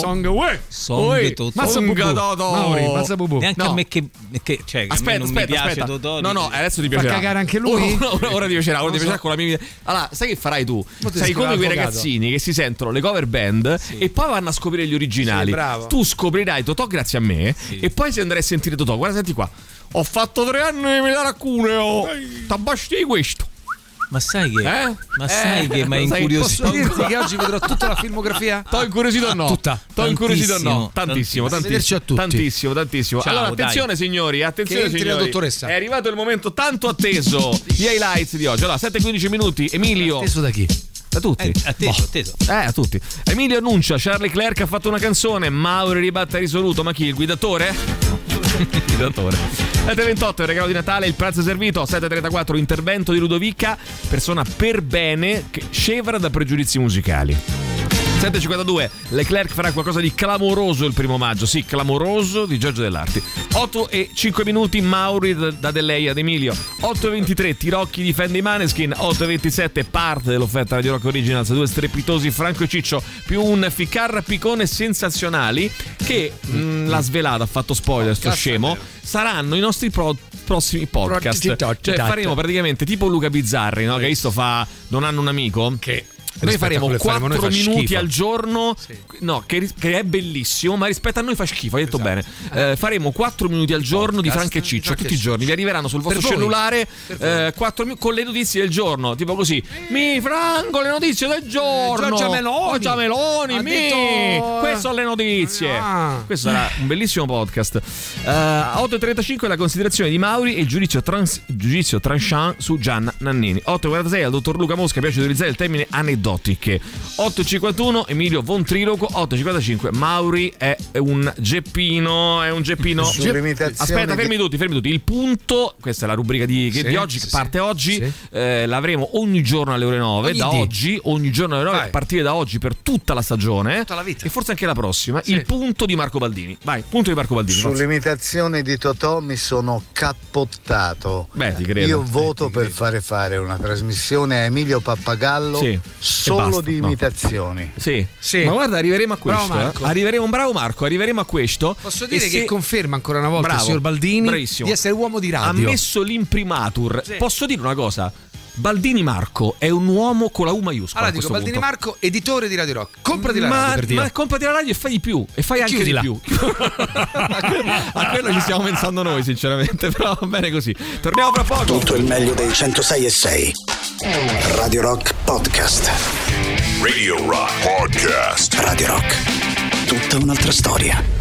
Mazza Bubù.
Neanche a me che cioè,
aspetta,
non mi piace Totò.
No, adesso ti piacerà.
Fa cagare anche lui?
Ora ti piacerà, con la mia. Allora, sai che farai tu? Sei come quei ragazzini che si sentono le cover band e poi vanno a scoprire gli originali. Tu scoprirai Totò grazie a me e poi se andrai a sentire Totò, guarda, senti qua. Ho fatto 3 anni di militare a Cuneo. T'abbasti questo.
Ma sai che? Sai che mi hai incuriosito?
Posso dirti che oggi vedrò tutta la filmografia?
T'ho incuriosito o no?
Tutta.
T'ho incuriosito o no? Tantissimo.
Ciao,
allora, attenzione signori,
la dottoressa.
È arrivato il momento tanto atteso. Gli highlights di oggi. Allora, 7-15 minuti. Emilio.
Atteso da chi?
Da tutti.
Atteso.
A tutti. Emilio annuncia, Charlie Clerc ha fatto una canzone, Mauri ribatta risoluto, ma chi? Il guidatore? Il guidatore. 7:28 il regalo di Natale, il pranzo servito. 7:34 intervento di Ludovica, persona per bene, scevra da pregiudizi musicali. 7:52 Leclerc farà qualcosa di clamoroso il 1 maggio, sì, clamoroso, di Giorgio Dell'Arti. 8:05 Mauri da Dell'Eia ad Emilio. 8:23 Tirocchi difende i Maneskin. 8:27 parte dell'offerta Radio Rock Originals, 2 strepitosi Franco e Ciccio più un Ficarra Piccone sensazionali che l'ha svelato, ha fatto spoiler sto scemo, saranno i nostri prossimi podcast. Cioè faremo praticamente tipo Luca Bizzarri, no? Che visto fa Non hanno un amico, che noi faremo 4 minuti al giorno, no, che è bellissimo, ma rispetto a noi fa schifo, hai detto bene. Faremo 4 minuti al giorno di Franco e Ciccio tutti i giorni, vi arriveranno sul vostro cellulare 4 minuti con le notizie del giorno, tipo così: Franco, le notizie del giorno, Giorgia Meloni, queste sono le notizie. Questo sarà un bellissimo podcast. 8:35 la considerazione di Mauri e il giudizio tranchant su Gianna Nannini. 8:46 al dottor Luca Mosca piace utilizzare il termine aneddotiche. 8:51 Emilio Vontriloco. 8:55 Mauri è un geppino. Aspetta, fermi tutti. Il punto, questa è la rubrica di oggi, che parte oggi. L'avremo ogni giorno alle ore 9. Ogni giorno alle ore 9 a partire da oggi per tutta la stagione, tutta la vita, e forse anche la prossima. Il punto di Marco Baldini. Vai, punto di Marco Baldini.
Sull'imitazione di Totò mi sono cappottato.
Ti credo.
Io voto per fare una trasmissione a Emilio Pappagallo solo di imitazioni.
Sì. Ma guarda, arriveremo a questo. Bravo Marco, arriveremo a questo.
Posso dire che conferma ancora una volta il signor Baldini di essere uomo di radio.
Ha messo l'imprimatur. Posso dire una cosa? Baldini Marco è un uomo con la U maiuscola.
Allora dico Baldini Marco, editore di Radio Rock. Comprati la radio, per dire.
Ma comprati la radio e fai di più. E fai anche di più. A quello ci stiamo pensando noi, sinceramente. Però va bene così. Torniamo fra poco.
Tutto il meglio dei 106.6 Radio Rock Podcast.
Radio Rock Podcast.
Radio Rock. Tutta un'altra storia.